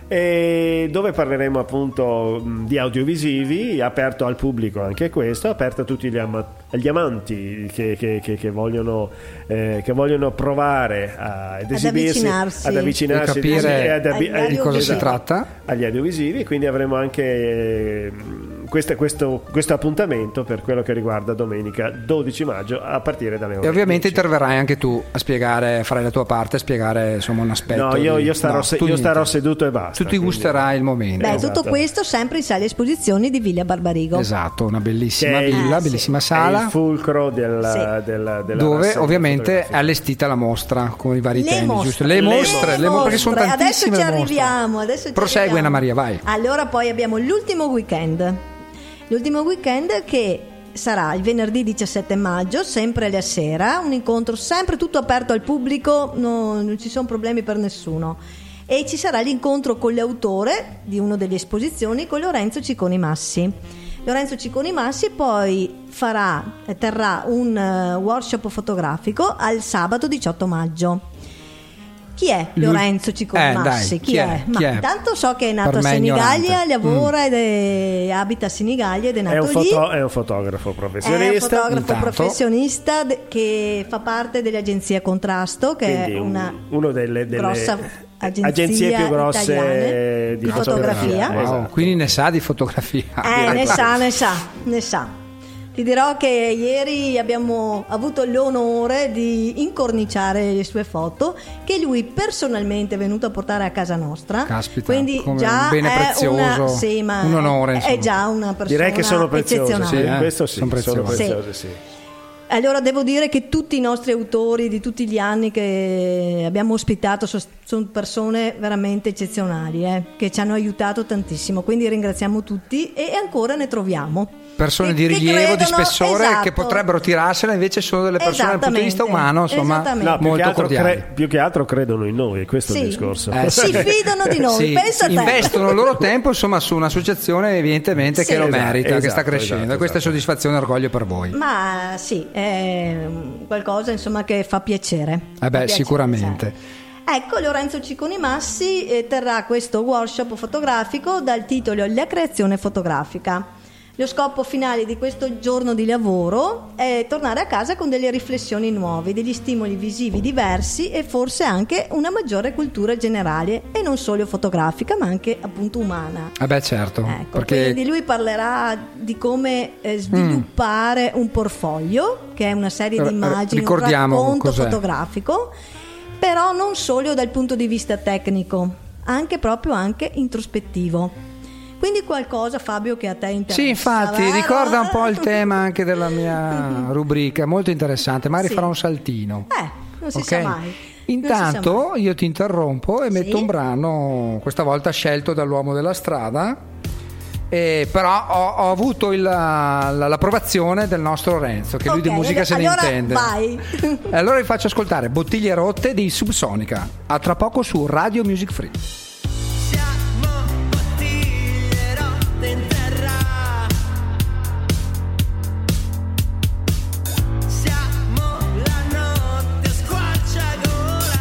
e dove parleremo appunto mh, di audiovisivi, aperto al pubblico anche questo, aperto a tutti gli, ama- agli amanti che, che- che- che vogliono, eh, che vogliono provare a, ad esibirsi, avvicinarsi. ad avvicinarsi E capire e ad abbi- agli di cosa si audiovisivi. tratta. agli audiovisivi. Quindi avremo anche eh, questa- questo, questo appuntamento per quello che riguarda domenica dodici maggio a partire dalle ore E ovviamente dieci. interverrai anche tu a spiegare, farai la tua parte a spiegare insomma un aspetto. No, io, di- io starò, no, se- tu io niente. starò seduto e basta. Tu ti quindi- gusterai il momento. Beh, Esatto. tutto questo sempre in sala esposizioni di Villa Barbarigo. Esatto, una Che bellissima è il- villa, eh, sì. bellissima È sala. il fulcro del- Sì. della, della Dove rassegna ovviamente è fotografica. allestita la mostra con i vari Le temi, mostre. giusto? Le Le mostre, le mo- perché sono mostre. tantissime Adesso ci le mostre. arriviamo, adesso ci Prosegui arriviamo. Anna Maria, vai. Allora poi abbiamo l'ultimo weekend. L'ultimo weekend che sarà il venerdì diciassette maggio, sempre alla sera, un incontro sempre tutto aperto al pubblico, no- non ci sono problemi per nessuno. E ci sarà l'incontro con l'autore di una delle esposizioni, con Lorenzo Cicconi Massi. Lorenzo Cicconi Massi poi farà, eh, terrà un eh, workshop fotografico al sabato diciotto maggio. Chi è Lui- Lorenzo Cicconi Eh, Massi? dai, chi, chi è? è? Ma Chi è? intanto so che è nato Per a me Senigallia, ignorante. lavora ed è- abita a Senigallia ed è nato È un, lì. foto- è un fotografo È un professionista. fotografo intanto. professionista de- che fa parte dell'agenzia Contrasto, che Quindi è un- una uno delle, delle grossa agenzia agenzie più grosse italiane di, di fotografia. Wow, Esatto. quindi ne sa di fotografia. Eh, ne sa, ne sa, ne sa. Ti dirò che ieri abbiamo avuto l'onore di incorniciare le sue foto che lui personalmente è venuto a portare a casa nostra. Caspita, quindi come già un bene è prezioso, una, sì, ma un onore, È insomma. già una persona Direi che sono preziose, sì, eccezionale. eh, questo sì, sono sono preziose. preziose, sì. allora devo dire che tutti i nostri autori di tutti gli anni che abbiamo ospitato so- sono persone veramente eccezionali, eh, che ci hanno aiutato tantissimo, quindi ringraziamo tutti e ancora ne troviamo. Persone Che- di che rilievo, credono- di spessore, esatto. che potrebbero tirarsela, invece sono delle persone dal punto di vista Esattamente, umano, insomma, esattamente. No, più, che molto altro cordiali. cre- più che altro credono in noi, questo è Sì. il discorso. Eh, Si fidano di noi, Sì, pensa a te. investono il loro tempo insomma su un'associazione evidentemente Sì. che lo Esatto, merita, che sta esatto, crescendo, esatto, e questa è esatto. soddisfazione e orgoglio per voi. Ma sì, è qualcosa insomma che fa piacere. Eh Fa beh, piacere, sicuramente. cioè. Ecco, Lorenzo Cicconi Massi eh, terrà questo workshop fotografico dal titolo La creazione fotografica. Lo scopo finale di questo giorno di lavoro è tornare a casa con delle riflessioni nuove, degli stimoli visivi diversi e forse anche una maggiore cultura generale e non solo fotografica ma anche appunto umana. Eh beh, certo, Ecco, perché quindi lui parlerà di come eh, sviluppare un portfolio, che è una serie di R- immagini, un ricordiamo racconto cos'è. fotografico, però non solo dal punto di vista tecnico, anche proprio anche introspettivo. Quindi qualcosa, Fabio, che a te interessa. sì, infatti, vero? ricorda un po' il tema anche della mia rubrica, molto interessante, magari Sì. farò un saltino. Eh, non si Ok? sa mai. Non si Intanto sa mai. io ti interrompo e Sì. metto un brano, questa volta scelto dall'uomo della strada, e però ho, ho avuto il- la- l'approvazione del nostro Renzo, che lui di Ok, musica se ne allora intende. vai. E allora vi faccio ascoltare Bottiglie rotte di Subsonica, a tra poco su Radio Music Free. Siamo bottiglie rotte in terra. Siamo la notte squarciagola.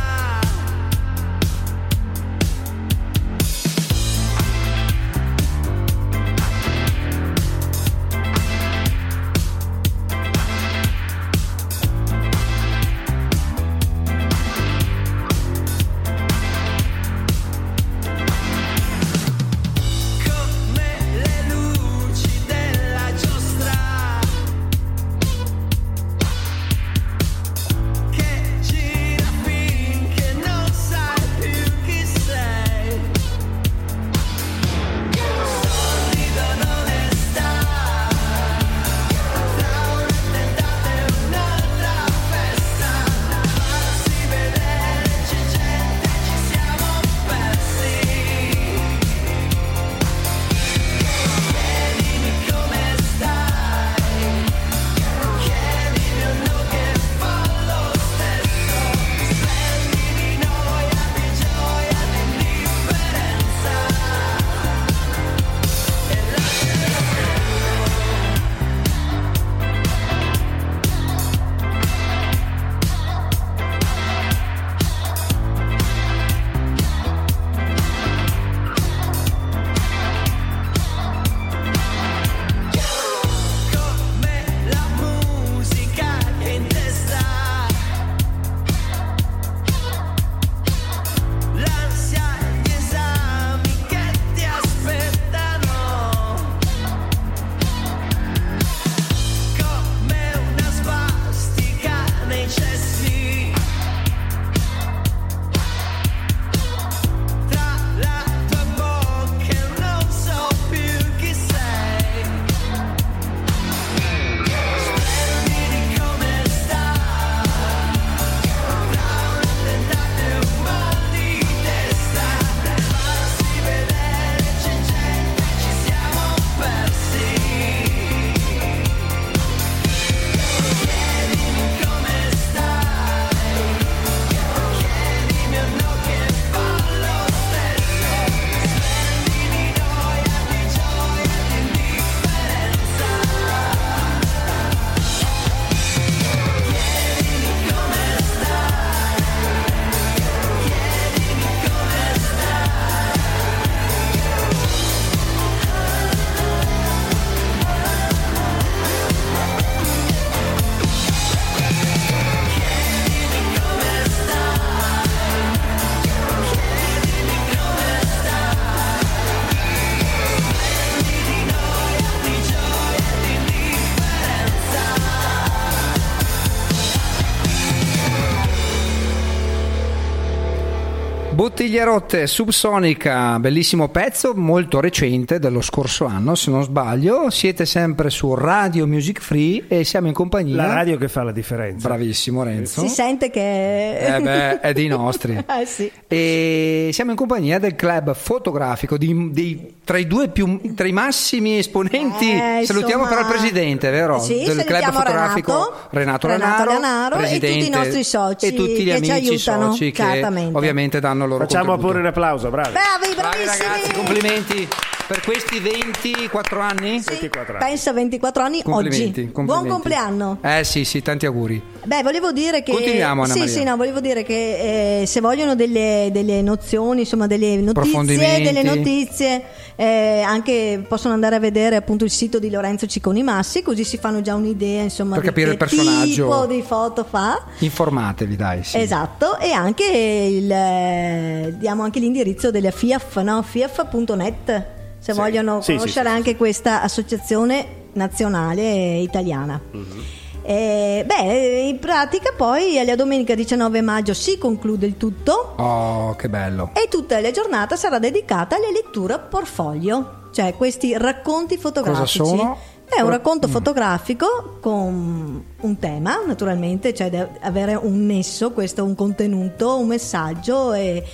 Bottiglie rotte, Subsonica, bellissimo pezzo, molto recente, dello scorso anno se non sbaglio. Siete sempre su Radio Music Free e siamo in compagnia. La radio che fa la differenza. Bravissimo Renzo. Si sente che Eh beh, è dei nostri. eh sì. E siamo in compagnia del club fotografico di, di- tra i due più tra i massimi esponenti. Eh, Salutiamo insomma, però il presidente, vero? sì, del club salutiamo fotografico Renato, Renato Renato Lanaro, Lanaro e presidente, tutti i nostri soci e tutti gli che ci amici aiutano, soci che certamente. ovviamente danno il loro Facciamo contributo. pure un applauso, bravi. Bravi, Bravi bravissimi. ragazzi, complimenti per questi ventiquattro anni. Sì, ventiquattro anni. pensa ventiquattro anni Complimenti, oggi. complimenti. Buon compleanno. Eh sì, sì, tanti auguri. Beh, volevo dire che Continuiamo, Anna sì, Maria. sì, no, volevo dire che eh, se vogliono delle, delle nozioni, insomma, delle notizie, Approfondimenti. delle notizie, eh, anche possono andare a vedere appunto il sito di Lorenzo Cicconi Massi, così si fanno già un'idea, insomma, Per di capire che il personaggio. tipo di foto fa. Informatevi, dai. Sì. Esatto, e anche il, eh, diamo anche l'indirizzo della F I A F, no? F I A F punto net, se Sì. vogliono Sì, sì, conoscere sì, anche questa associazione nazionale italiana. Eh, beh, in pratica poi alla domenica diciannove maggio si conclude il tutto Oh, che bello. e tutta la giornata sarà dedicata alle letture portfolio, cioè questi racconti fotografici. Cosa sono? È un racconto fotografico con un tema, naturalmente, cioè deve avere un nesso, questo un contenuto, un messaggio e,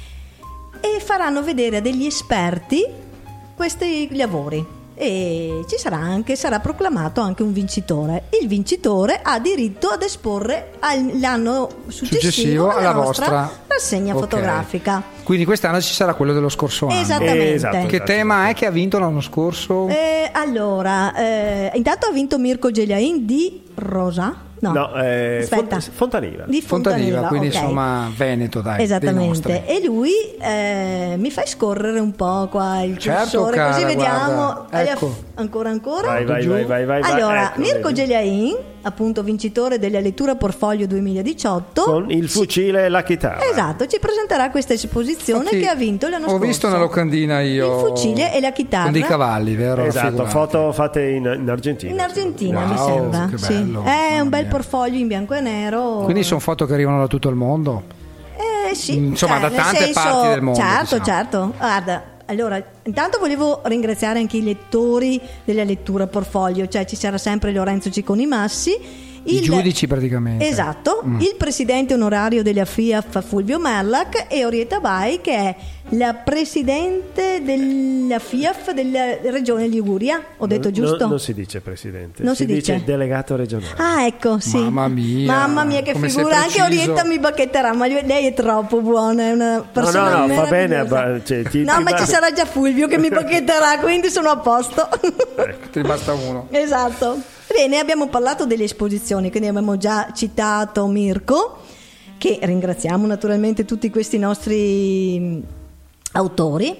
e faranno vedere a degli esperti questi lavori. E ci sarà anche, sarà proclamato anche un vincitore. Il vincitore ha diritto ad esporre al- l'anno successivo, Successivo alla alla nostra vostra rassegna Ok. fotografica. Quindi quest'anno ci sarà quello dello scorso anno. Esattamente. Esatto. Che tema è che ha vinto l'anno scorso? Eh, allora, eh, intanto ha vinto Mirko Geliain di Rosa. No, No, eh, aspetta. Font- Fontaniva. Di Fontaniva, quindi ok. insomma Veneto, dai. dei Esattamente. nostri. E lui eh, mi fai scorrere un po' qua il Certo, cursore, cara, così vediamo. guarda. Allora, Ecco. f- ancora ancora. Vai, vai, vai, vai, vai, vai. Allora, Ecco, Mirko vedi. Geliain, appunto vincitore della lettura Portfolio duemiladiciotto. Con il fucile e la chitarra. Esatto, ci presenterà questa esposizione Infatti, che ha vinto l'anno ho scorso. visto una locandina io. Il fucile e la chitarra. Con dei cavalli, vero? Esatto, Raffigurati. foto fatte in, in Argentina. In Argentina, Wow, mi sembra. che sì. bello, È mamma un bel mia. portfolio in bianco e nero. Quindi sono foto che arrivano da tutto il mondo. Eh sì, Insomma, da nel tante senso- parti del mondo, Certo, diciamo. certo. Guarda, allora, intanto volevo ringraziare anche i lettori della lettura portfolio, cioè ci sarà sempre Lorenzo Cicconi Massi. I giudici praticamente. Esatto, Mm. il presidente onorario della F I A F Fulvio Merlac e Orietta Bai che è la presidente della F I A F della regione Liguria. Ho detto Non- giusto? Non, non si dice presidente, Non si, si dice dice? delegato regionale. Ah, ecco, sì. Mamma mia, Mamma mia, che come sei figura. Anche preciso. Orietta mi bacchetterà, ma lei è troppo buona, è una No, persona no, no, fa bene. meravigliosa. abba- cioè, ti- No, ti ma va- ci sarà già Fulvio che mi bacchetterà, quindi sono a posto. Te ne basta uno. Esatto. Bene, abbiamo parlato delle esposizioni, quindi abbiamo già citato Mirko, che ringraziamo naturalmente tutti questi nostri mh, autori.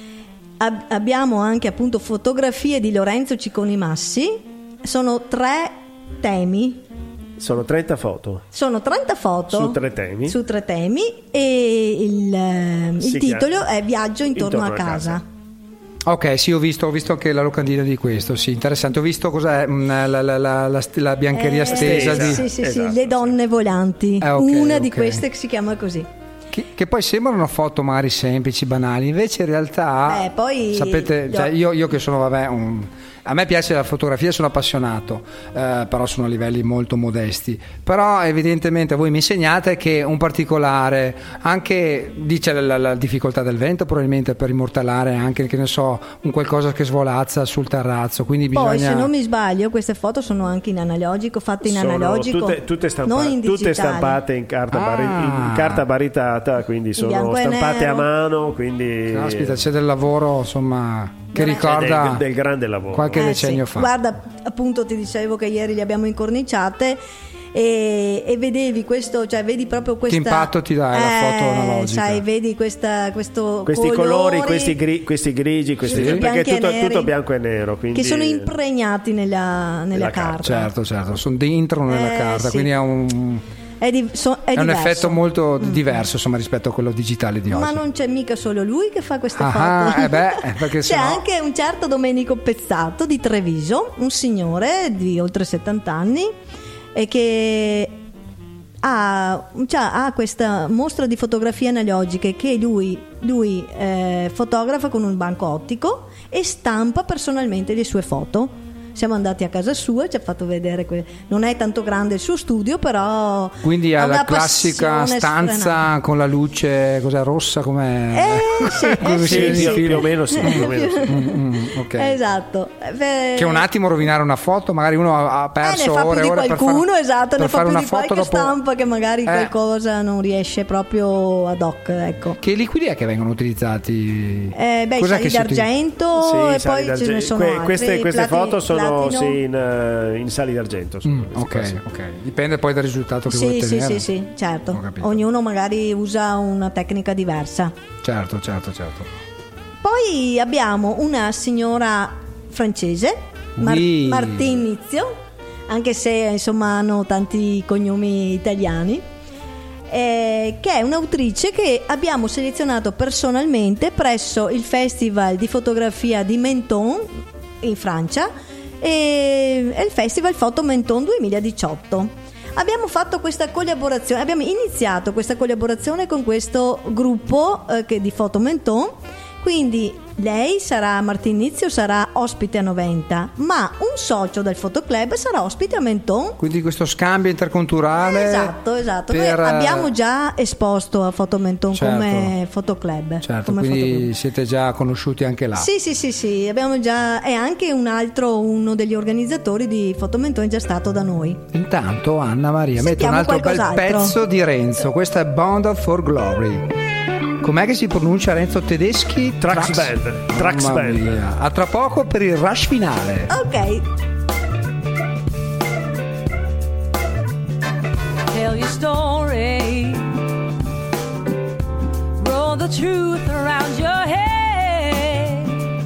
Ab- abbiamo anche appunto fotografie di Lorenzo Cicconi Massi, sono tre temi. Sono trenta foto. Sono trenta foto Su tre temi. su tre temi e il, eh, il Si titolo chiama è Viaggio intorno, Intorno a a casa. casa. Ok, sì, ho visto, ho visto anche la locandina di questo, sì, interessante. Ho visto cos'è mm, la, la, la, la, la st- la biancheria Eh, stesa stesa. di... Sì, sì, Esatto, sì, le sì. donne volanti. Eh, ok, Una di ok. queste che si chiama così. Che, che poi sembrano foto magari semplici, banali, invece in realtà Beh, poi- sapete, cioè, io, io che sono vabbè un, a me piace la fotografia, sono appassionato, eh, però sono a livelli molto modesti, però evidentemente voi mi insegnate che un particolare, anche dice la, la, la difficoltà del vento probabilmente per immortalare anche, che ne so, un qualcosa che svolazza sul terrazzo, quindi bisogna... Poi, se non mi sbaglio, queste foto sono anche in analogico, fatte in Sono analogico, tutte, tutte, stampa- non in tutte digitale. stampate in carta, Ah. bari- in carta baritata, quindi sono bianco e stampate nero. a mano, quindi Caspita, c'è del lavoro insomma che Non è- ricorda del, del grande lavoro. qualche Eh, decennio sì. fa. Guarda, appunto ti dicevo che ieri le abbiamo incorniciate e, e vedevi questo, cioè vedi proprio questa impatto ti dà la foto eh, analogica? sai, vedi questa, questo Questi colori, questi, gri- questi grigi, questi, Sì. perché è Bianchi e tutto, neri. tutto bianco e nero. Quindi che sono impregnati nella, nella Nella carta. carta. Certo, certo, sono dentro nella Eh, carta, sì. quindi è un, È, di- so- è è un diverso. effetto molto diverso insomma rispetto a quello digitale di oggi. Ma non c'è mica solo lui che fa queste Ah, foto. eh beh, perché c'è sennò- anche un certo Domenico Pezzato di Treviso, un signore di oltre settanta anni e che ha, cioè, ha questa mostra di fotografie analogiche che lui, lui eh, fotografa con un banco ottico e stampa personalmente le sue foto. Siamo andati a casa sua e ci ha fatto vedere que- non è tanto grande il suo studio, però quindi ha ha la una classica passione stanza sfrenata. con la luce cos'è, rossa come Eh, sì, eh, Sì, sì, più, sì. più o meno sì, più o meno sì. Mm, mm, ok. Esatto. Eh, Che un attimo rovinare una foto, magari uno ha ha Eh, perso ne fa ore più e di ore per qualcuno, fare, esatto, per ne fa fare più una di foto qualche dopo. stampa che magari Eh. qualcosa non riesce proprio ad hoc, ecco. Che liquidi è che vengono utilizzati? Eh, beh, i Cos'è sali che si utilizza? d'argento Sì, e sali poi ce ne d'argento. sono Que- altri. queste queste Platino- foto sono platino. sì, in, eh, in sali d'argento sono queste Ok, cose. ok. Dipende poi dal risultato che Sì, vuoi sì, ottenere. sì, sì, certo. Ho capito. Ognuno magari usa una tecnica diversa. Certo, certo, certo. Poi abbiamo una signora francese, Mar- Oui. Martinizio, anche se insomma hanno tanti cognomi italiani, eh, che è un'autrice che abbiamo selezionato personalmente presso il Festival di fotografia di Menton in Francia e e il Festival Foto Menton duemiladiciotto. Abbiamo fatto questa collaborazione, abbiamo iniziato questa collaborazione con questo gruppo eh, che di Foto Menton. Quindi lei sarà, Martinizio sarà ospite a Noventa, ma un socio del fotoclub sarà ospite a Menton. Quindi questo scambio interculturale. Esatto, esatto. per, Noi abbiamo già esposto a Foto Menton Certo. come fotoclub. Certo, come quindi fotoclub. siete già conosciuti anche là. Sì, sì, sì, sì, abbiamo già, e anche un altro, uno degli organizzatori di Foto Menton è già stato da noi. Intanto Anna Maria mette un Sentiamo altro bel qualcos'altro. pezzo di Renzo. Questo è Bound for Glory. Com'è che si pronuncia, Renzo Tedeschi? Trax Band. Trax Mamma Band. mia. A tra poco per il rush finale. Ok. Tell your story. Roll the truth around your head.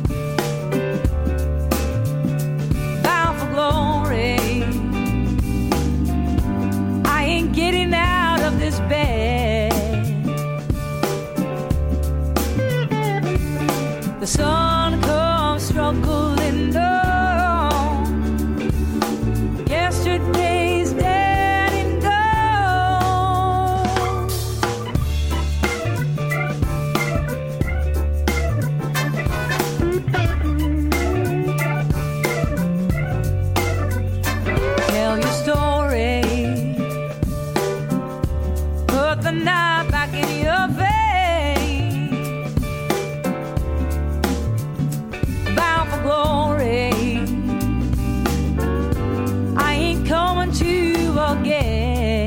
Bound for glory. I ain't getting out of this bed. The sun comes struggling down. Yesterday's dead and gone. Tell your story. Put the knife back in your vein. Bound for glory. I ain't coming to again.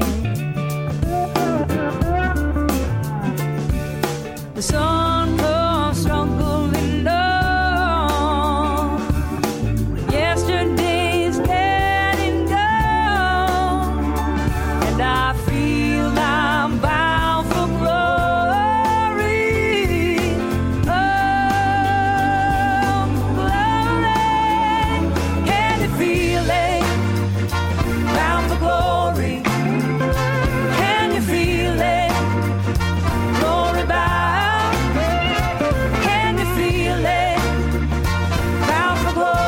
The sun comes struggling down. Yesterday's dead and gone, and I feel I'm bound for glory. Oh, glory. Can you feel it? Bound for glory. Can you feel it? Glory bound. Can you feel it? Bound for glory.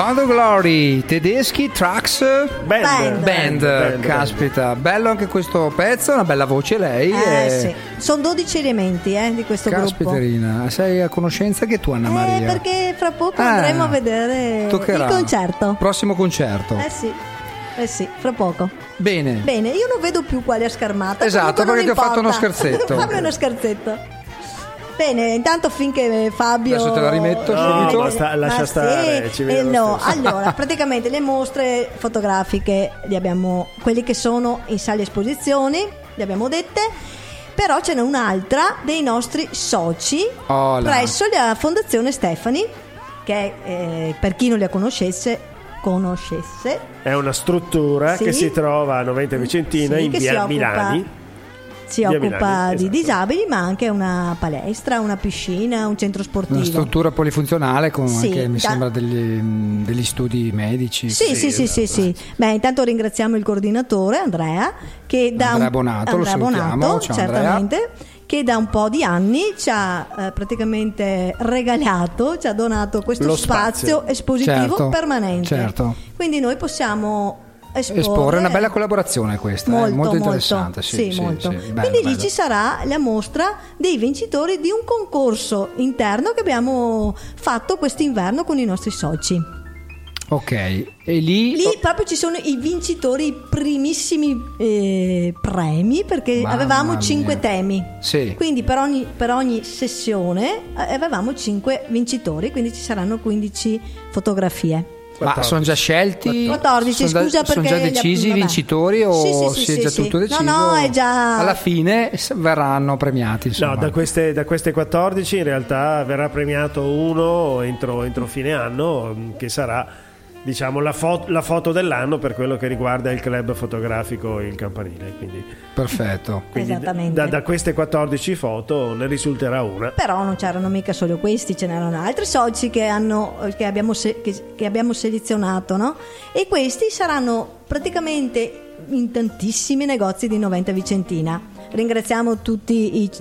Found the Glory, tedeschi, Trax Band. Band. Band. Band. Caspita, bello anche questo pezzo, una bella voce lei. Eh, e- sì. Sono dodici elementi eh, di questo gruppo. Caspiterina, sei a conoscenza che tu, Anna Maria? Eh, perché fra poco Ah, andremo a vedere toccherà. il concerto. Prossimo concerto. Eh sì, eh sì, fra poco. Bene. Bene, io non vedo più quale schermata. Esatto, comunque perché non ti ho fatto uno importa. scherzetto. Fammi uno scherzetto. Bene, intanto finché Fabio. Adesso te la rimetto No, subito. basta- lascia Ma stare, ci vede eh, lo no, stesso. allora, praticamente le mostre fotografiche li abbiamo, quelli che sono in sale esposizioni, le abbiamo dette. Però ce n'è un'altra dei nostri soci Oh là. presso la Fondazione Stefani, che eh, per chi non la conoscesse, conoscesse È una struttura Sì. che si trova a Noventa Vicentina Sì, in che si via occupa- Milani. si Via occupa Milani, di esatto. disabili, ma anche una palestra, una piscina, un centro sportivo. Una struttura polifunzionale con Sì, anche, mi da- sembra, degli, degli studi medici. Sì, sì, sì, sì, sì. Beh, intanto ringraziamo il coordinatore Andrea che da Andrea un, Bonato, lo Andrea salutiamo. Bonato, Ciao, certamente, che da un po' di anni ci ha eh, praticamente regalato, ci ha donato questo Lo spazio, spazio. espositivo Certo, permanente. certo. Quindi noi possiamo esporre, Esporre, una bella collaborazione questa, molto, eh, molto molto, interessante. Sì, sì, molto. sì, bello, Quindi bello. lì ci sarà la mostra dei vincitori di un concorso interno che abbiamo fatto quest'inverno con i nostri soci. Ok, e lì, Lì proprio ci sono i vincitori, i primissimi eh, premi, perché Mamma avevamo mia. cinque temi. Sì. Quindi per ogni, per ogni sessione eh, avevamo cinque vincitori, quindi ci saranno quindici fotografie. ma sono già scelti? quattordici, sono scusa, già, sono perché già decisi i vabbè. vincitori o Sì, sì, sì, si è sì, già sì. tutto No, deciso? no, è già- Alla fine s- verranno premiati, insomma. No, da queste, da queste quattordici in realtà verrà premiato uno entro, entro fine anno, mh, che sarà, diciamo, la, fo- la foto dell'anno per quello che riguarda il club fotografico Il Campanile. Quindi, Perfetto. quindi Esattamente. da, da queste quattordici foto ne risulterà una. Però non c'erano mica solo questi, ce n'erano altri soci che, hanno, che, abbiamo, se- che, che abbiamo selezionato, no? E questi saranno praticamente in tantissimi negozi di Noventa Vicentina. Ringraziamo tutti i,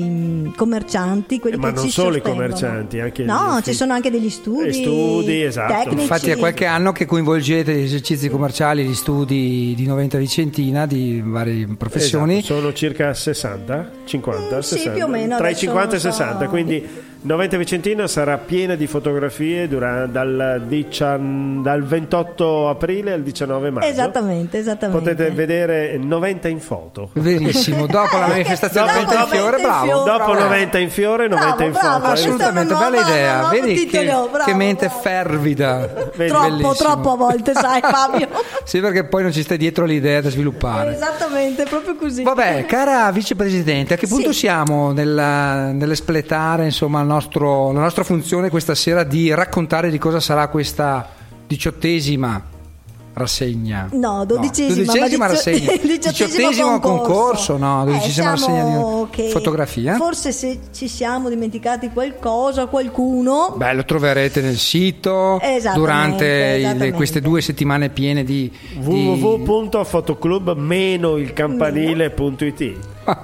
i commercianti, quelli Eh, ma che non ci solo i sostengono. commercianti, anche no, gli- ci sono anche degli studi, Eh, studi, esatto. tecnici. Infatti è qualche anno che coinvolgete gli esercizi commerciali, gli studi di Noventa Vicentina di varie professioni. Esatto, sono circa sessanta, cinquanta, Mm, sì, sessanta, più o meno, tra i adesso cinquanta e non so. sessanta, quindi Noventa Vicentina sarà piena di fotografie dura- dal, dician- dal ventotto aprile al diciannove maggio. Esattamente, esattamente. Potete vedere novanta in foto. Verissimo, dopo la manifestazione Dopo noventa in fiore, novanta in bravo. fiore. Dopo bravo. novanta in fiore, novanta Bravo, in bravo, foto. Assolutamente, Questa è una bella nuova- idea. un nuovo Vedi che, titolo, bravo, che mente bravo. fervida. Vedi, Troppo, bellissimo. troppo a volte, sai Fabio. Sì, perché poi non ci stai dietro l'idea da sviluppare. Esattamente, proprio così. Vabbè, cara vicepresidente, a che punto Sì. siamo nella- nell'espletare, insomma, il nostro- la nostra funzione questa sera di raccontare di cosa sarà questa diciottesima rassegna? No, dodicesima, dodicesima ma dicio- rassegna. diciottesimo concorso. no, dodicesima Eh, rassegna siamo di che fotografia. Forse se ci siamo dimenticati qualcosa, qualcuno. Beh, lo troverete nel sito Esattamente, durante il- esattamente. queste due settimane piene di, w di- w w punto fotoclub meno il campanile punto i t.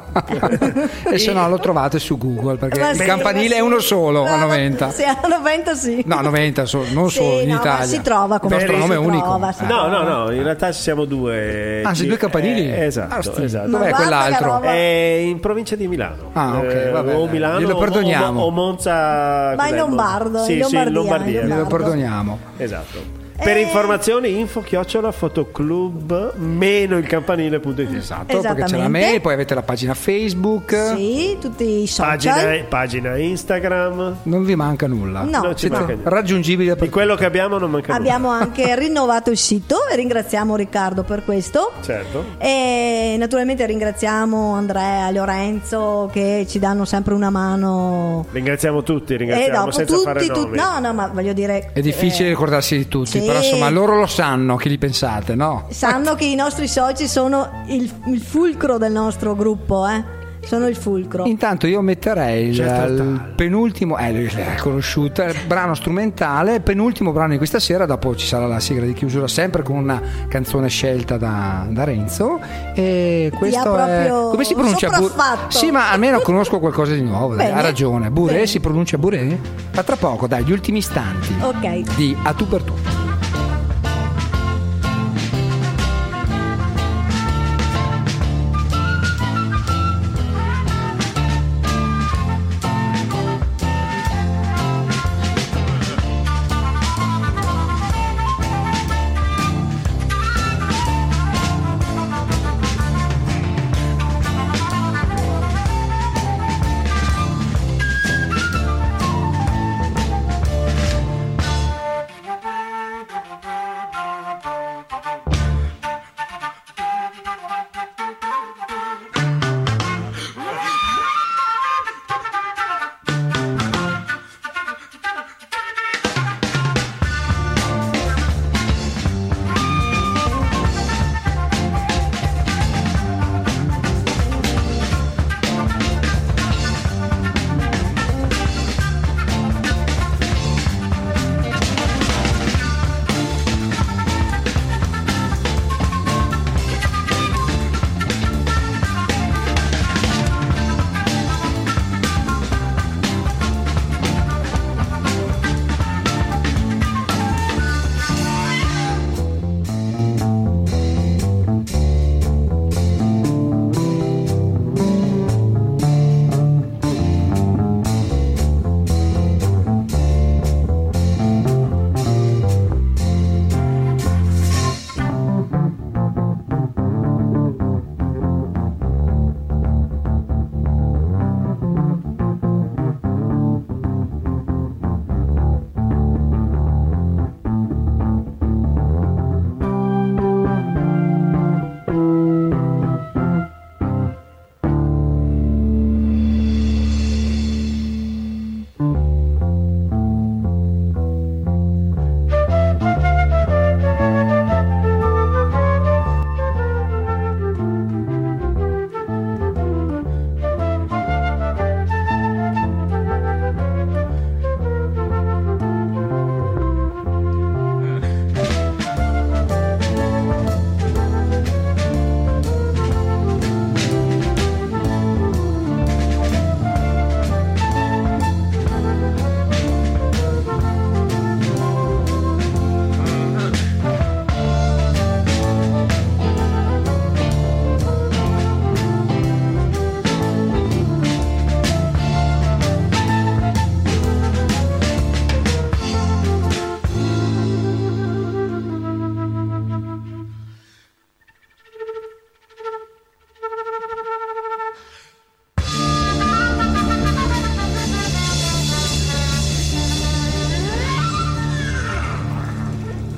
e se no lo trovate su Google perché Ma il sì, campanile ma è sì. uno solo a No, noventa. Sì, a novanta sì. No, novanta, so- non Sì, solo in no, ma Italia. si trova come il nostro si nome è unico. trova, si Eh. No, no, no, in realtà ci siamo due. Ah, siete due campanili? Eh, esatto, Ah, sti- esatto. Dov'è Ma guarda quell'altro? che roba. È in provincia di Milano. Ah, ok, Eh, vabbè, o dai, Milano glielo o- perdoniamo. o, o Monza. Ma in cos'è? Lombardo, Sì, in sì, in Lombardia, Lombardia. in Glielo Lombardo. perdoniamo. Esatto. Per Eh. informazioni info chiocciola fotoclub meno il campanile punto it. Esatto, perché c'è la Esattamente. mail, poi avete la pagina Facebook. Sì, tutti i social. Pagina, pagina Instagram. Non vi manca nulla. No. Non ci no. manca niente. Raggiungibili Di per quello che abbiamo non manca Abbiamo anche rinnovato il sito e ringraziamo Riccardo per questo. nulla. Certo. E naturalmente ringraziamo Andrea, Lorenzo che ci danno sempre una mano. Ringraziamo tutti, E ringraziamo dopo senza fare tutti, tu- nomi. no, no, ma voglio dire. È difficile eh, ricordarsi di tutti, sì. però insomma loro lo sanno, che li pensate, no? sanno che i nostri soci sono il, il fulcro del nostro gruppo, eh? Sono il fulcro. Intanto io metterei il, Certo, il tal. penultimo, eh, lui l'ha conosciuta, il brano strumentale, penultimo brano di questa sera, dopo ci sarà la sigla di chiusura sempre con una canzone scelta da, da Renzo. E questo ha è. proprio Come si pronuncia? Bu- sopraffatto. sì, ma almeno conosco qualcosa di nuovo, dai, Bene. ha ragione. Bure Bene. si pronuncia Bure? Ma tra poco, dai, gli ultimi istanti Ok. di A tu per tu.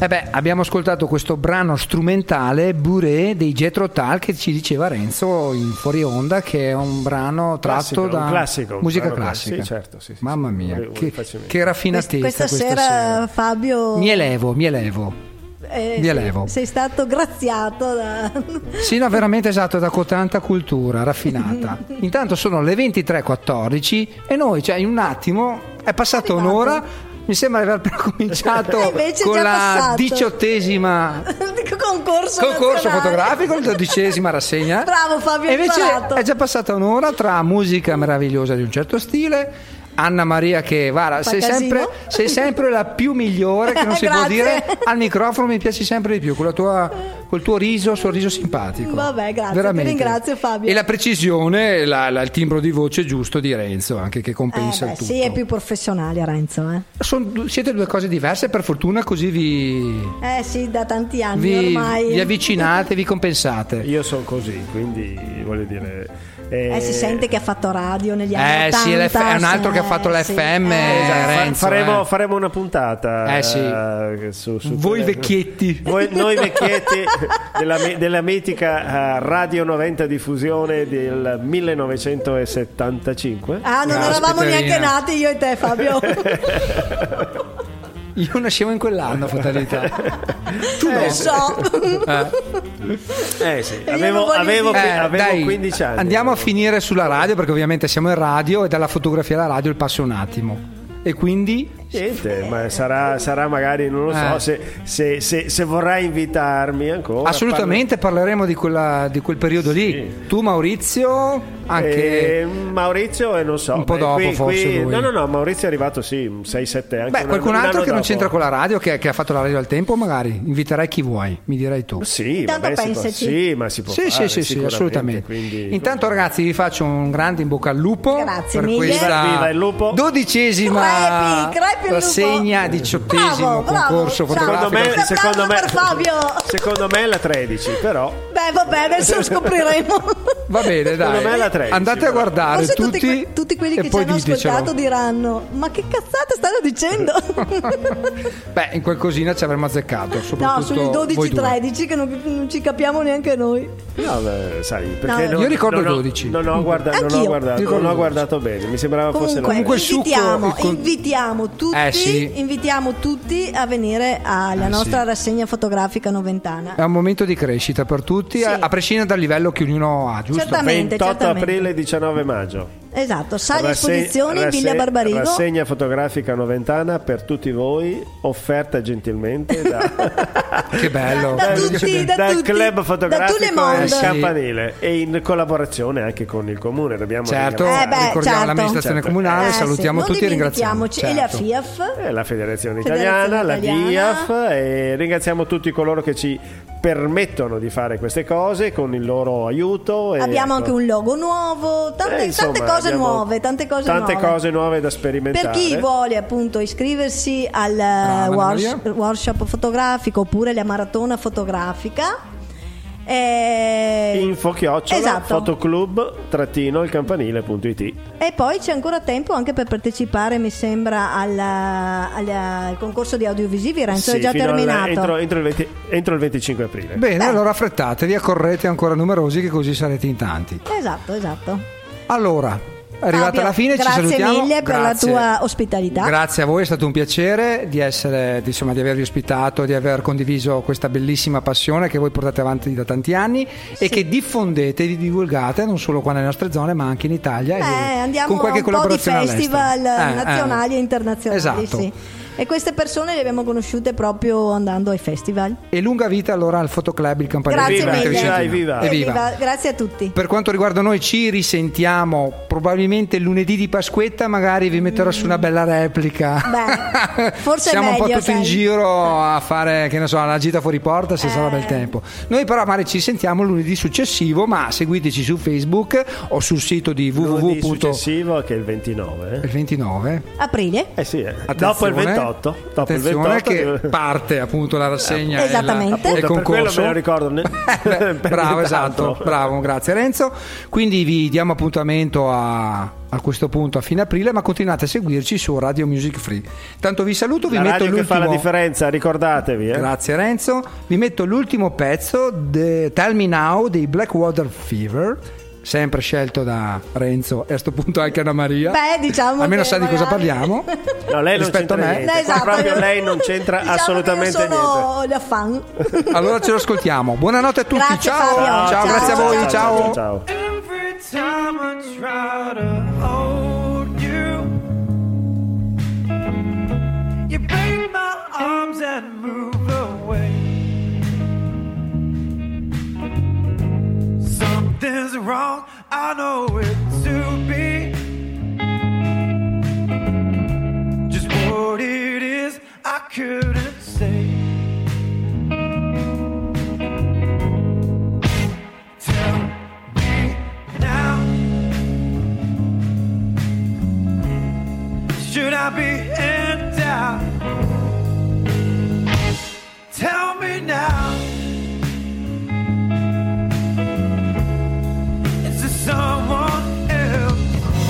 Eh beh, abbiamo ascoltato questo brano strumentale Bourrée dei Jethro Tull, che ci diceva Renzo in fuori onda che è un brano tratto Classico, da un classico, musica un brano classica. cla- sì, certo, sì, sì, Mamma sì. mia, Un- che, facilmente. che raffinatezza Questa, questa, sera, sera. Fabio Mi elevo, mi elevo. eh, mi elevo. sei, sei stato graziato da... Sì, no, veramente esatto, da tanta cultura raffinata. Intanto sono le ventitré e quattordici e noi, cioè, in un attimo è passata Arrivato. un'ora. Mi sembra di aver appena cominciato E invece è con già la passato. diciottesima concorso, concorso nazionale. fotografico, la dodicesima rassegna. Bravo Fabio, E invece imparato. è già passata un'ora tra musica meravigliosa di un certo stile. Anna Maria che guarda, Fa sei casino. sempre, sei sempre la più migliore che non si può Grazie. dire. Al microfono mi piaci sempre di più con la tua, col tuo riso, sorriso simpatico. Vabbè, grazie, Veramente. ti ringrazio, Fabio. E la precisione, la- la- il timbro di voce giusto di Renzo, anche che Eh, compensa beh, il tutto. sì, è più professionale Renzo, eh. Sono du- siete due cose diverse, per fortuna, così vi, Eh sì, da tanti anni vi, ormai. vi avvicinate, vi compensate. Io sono così, quindi voglio dire. eh, Eh, si sente che ha fatto radio negli anni Eh sì, ottanta, l'F- è un altro che ha eh, fatto la sì. F M, Eh, Esatto, fa- Renzo, faremo, eh. faremo una puntata Eh, sì. eh, su, su Voi quelle- vecchietti. Voi- noi vecchietti della, me- della mitica eh, Radio novanta diffusione del millenovecentosettantacinque. Ah, non Ah, eravamo aspetterina. neanche nati io e te, Fabio. Io nascevo in quell'anno, fatalità. Tu lo so. Eh sì, Io avevo, non voglio avevo, dire. qui- Eh, avevo dai, quindici anni. andiamo a finire sulla radio, perché ovviamente siamo in radio e dalla fotografia alla radio il passo è un attimo. E quindi Niente, ma sarà, sarà magari, non lo so, Eh. se, se, se, se vorrai invitarmi ancora. assolutamente parleremo di, quella, di quel periodo lì. Sì. Tu Maurizio, parlo- anche... Eh, Maurizio, e non so. Un po' beh, dopo, qui- forse, qui- lui. No, no, no, Maurizio è arrivato, sì, sei sette anni. Beh, qualcun altro che non c'entra con la radio, che, che ha fatto la radio al tempo, magari inviterai chi vuoi, mi direi tu. Sì, Intanto vabbè, si può- pensaci. sì, ma si può Sì, fare, sì, sì, sì, sicuramente, assolutamente. quindi- Intanto, ragazzi, vi faccio un grande in bocca al lupo Grazie per mille. questa Viva il lupo. dodicesima Crepi, crepi il lupo. rassegna, diciottesimo Bravo, bravo, concorso ciao. Secondo fotografico. me, Un secondo me, applauso per Fabio. secondo me è la tredici, però Beh, vabbè, adesso lo scopriremo. Va bene, Secondo dai. me è la tredici, Andate a però. guardare Forse tutti, tutti, que- tutti quelli e che ci poi hanno ditecelo. ascoltato diranno: ma che cazzate stanno dicendo? Beh, in qualcosina ci avremmo azzeccato, No, soprattutto sui voi dodici due. tredici che non, non ci capiamo neanche noi. no, beh, sai, perché No, non- io ricordo non ho- dodici. Non ho, guarda- non ho Anch'io. guardato, Ricordo non ho dodici. guardato bene, mi sembrava fosse la Comunque, Comunque il succo- invitiamo, il con- invitiamo tutti, Eh, sì. invitiamo tutti a venire alla Eh, nostra sì. rassegna fotografica noventana. È un momento di crescita per tutti, Sì. a, a prescindere dal livello che ognuno ha, giusto? Certamente. ventotto certamente. aprile, diciannove maggio. Esatto, sale Rasse- esposizioni in rasse- Villa Barbarigo. Rassegna fotografica noventana per tutti voi, offerta gentilmente da, Che bello. Da tutti, da dal tutti, club da tout le fotografico monde. del Eh, sì. Campanile e in collaborazione anche con il comune. Dobbiamo Certo, ringraziare Eh beh, ricordiamo certo. l'amministrazione Certo. comunale, Eh, sì, salutiamo non tutti e ringraziamo. dimentichiamoci. E la Certo. F I A F. Eh, la Federazione Federazione Italiana, la Italiana. V I A F, e ringraziamo tutti coloro che ci permettono di fare queste cose con il loro aiuto. e- Abbiamo anche un logo nuovo, tante, Eh, insomma, tante cose abbiamo nuove, tante cose tante nuove. cose nuove da sperimentare. Per chi vuole appunto iscriversi al eh, Anna wors- Maria. workshop fotografico oppure la maratona fotografica, eh, Info chiocciola esatto. fotoclub trattino il campanile punto it. E poi c'è ancora tempo anche per partecipare, mi sembra, alla- alla- al concorso di audiovisivi. Renzo Sì, è già fino al- terminato. entro, entro il venti entro il venticinque aprile. Bene, Beh. allora affrettatevi, accorrete ancora numerosi, che così sarete in tanti. Esatto, esatto. Allora, è arrivata Fabio, la fine, ci grazie salutiamo. mille per Grazie. la tua ospitalità. Grazie a voi, è stato un piacere di essere, di, insomma, di avervi ospitato, di aver condiviso questa bellissima passione che voi portate avanti da tanti anni e che diffondete e divulgate non solo qua nelle nostre zone, ma anche in Italia, Beh, e andiamo con qualche a un po' di collaborazione all'estero. festival Eh, nazionali eh. e internazionali. Esatto. Sì. E queste persone le abbiamo conosciute proprio andando ai festival. E lunga vita allora al Fotoclub il Campanile. Grazie Viva, mille. viva, viva. Evviva. Evviva, grazie a tutti. Per quanto riguarda noi, ci risentiamo probabilmente lunedì di Pasquetta, magari vi metterò su una bella replica. Beh, forse è siamo un po' meglio, tutti in sai. giro a fare, che ne so, una gita fuori porta, se Eh. sarà bel tempo. Noi però magari ci sentiamo lunedì successivo, ma seguiteci su Facebook o sul sito di Lunedì www. successivo che è il ventinove. Il ventinove. Aprile. Eh sì, eh. Attenzione. dopo il ventotto. ventotto. Dopo il Attenzione ventotto che parte appunto la rassegna Esattamente. e la- e il per quello concorso. me lo ricordo. ne- per Bravo, ogni esatto, tanto. bravo, grazie Renzo. Quindi vi diamo appuntamento a, a questo punto a fine aprile, ma continuate a seguirci su Radio Music Free. Tanto vi saluto, vi La metto radio che l'ultimo. fa la differenza, ricordatevi. Eh? Grazie Renzo. Vi metto l'ultimo pezzo, de Tell Me Now dei Blackwater Fever, sempre scelto da Renzo e a sto punto anche Anna Maria. Beh, diciamo almeno che sa di cosa magari- parliamo. No, lei non rispetto c'entra a me. niente. No, esatto, Qua proprio io- lei non c'entra diciamo assolutamente che io sono niente. la fan. Allora ce lo ascoltiamo. Buonanotte a tutti. Grazie, ciao. Fabio. ciao, Ciao, grazie a ciao, voi. ciao. ciao. ciao. Every time I try to hold you, you break my arms and move away. Something's wrong, I know it to be. Just what it is, I couldn't say. Tell me now, should I be in doubt? Tell me now, is there someone else?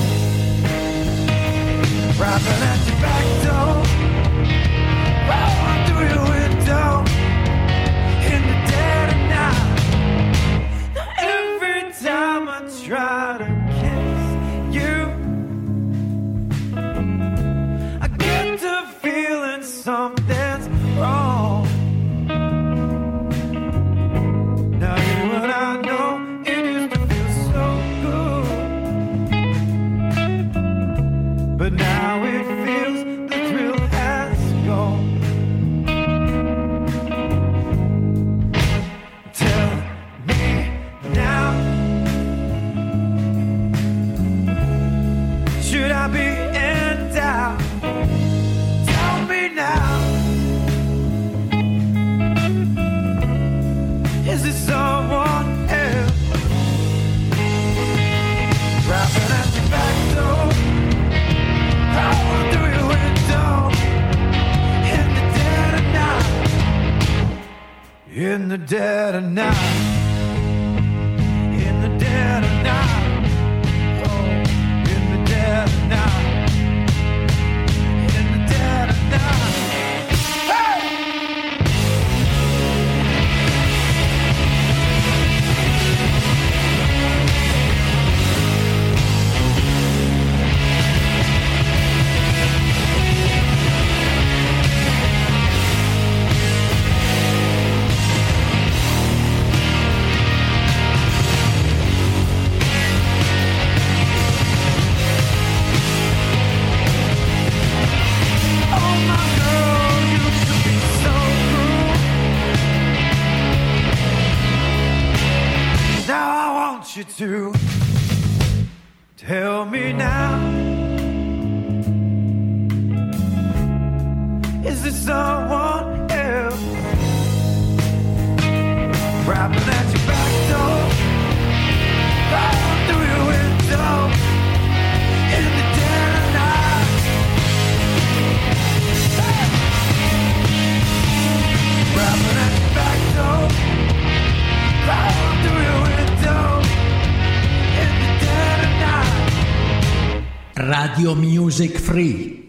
Rapping at your back door, right through your window, in the dead of night. Now every time I try to kiss you, I get to feeling something's wrong. Now you and I know it used to feel so good, but now it feels the thrill has gone. Tell me now, should I be in doubt? Tell me now, is it someone else? Rapping at your back door, crawling through your window, in the dead of night, in the dead of night, in the dead of night, oh, in the dead of night, in the dead of night. Hey! Oh my girl, you could be so cruel. Now I want you to tell me now, is there someone else? Rapping at your back door, right through your window, in the dead of night. Rapping at your back door, right through your window, in the dead of night. Radio Music Free.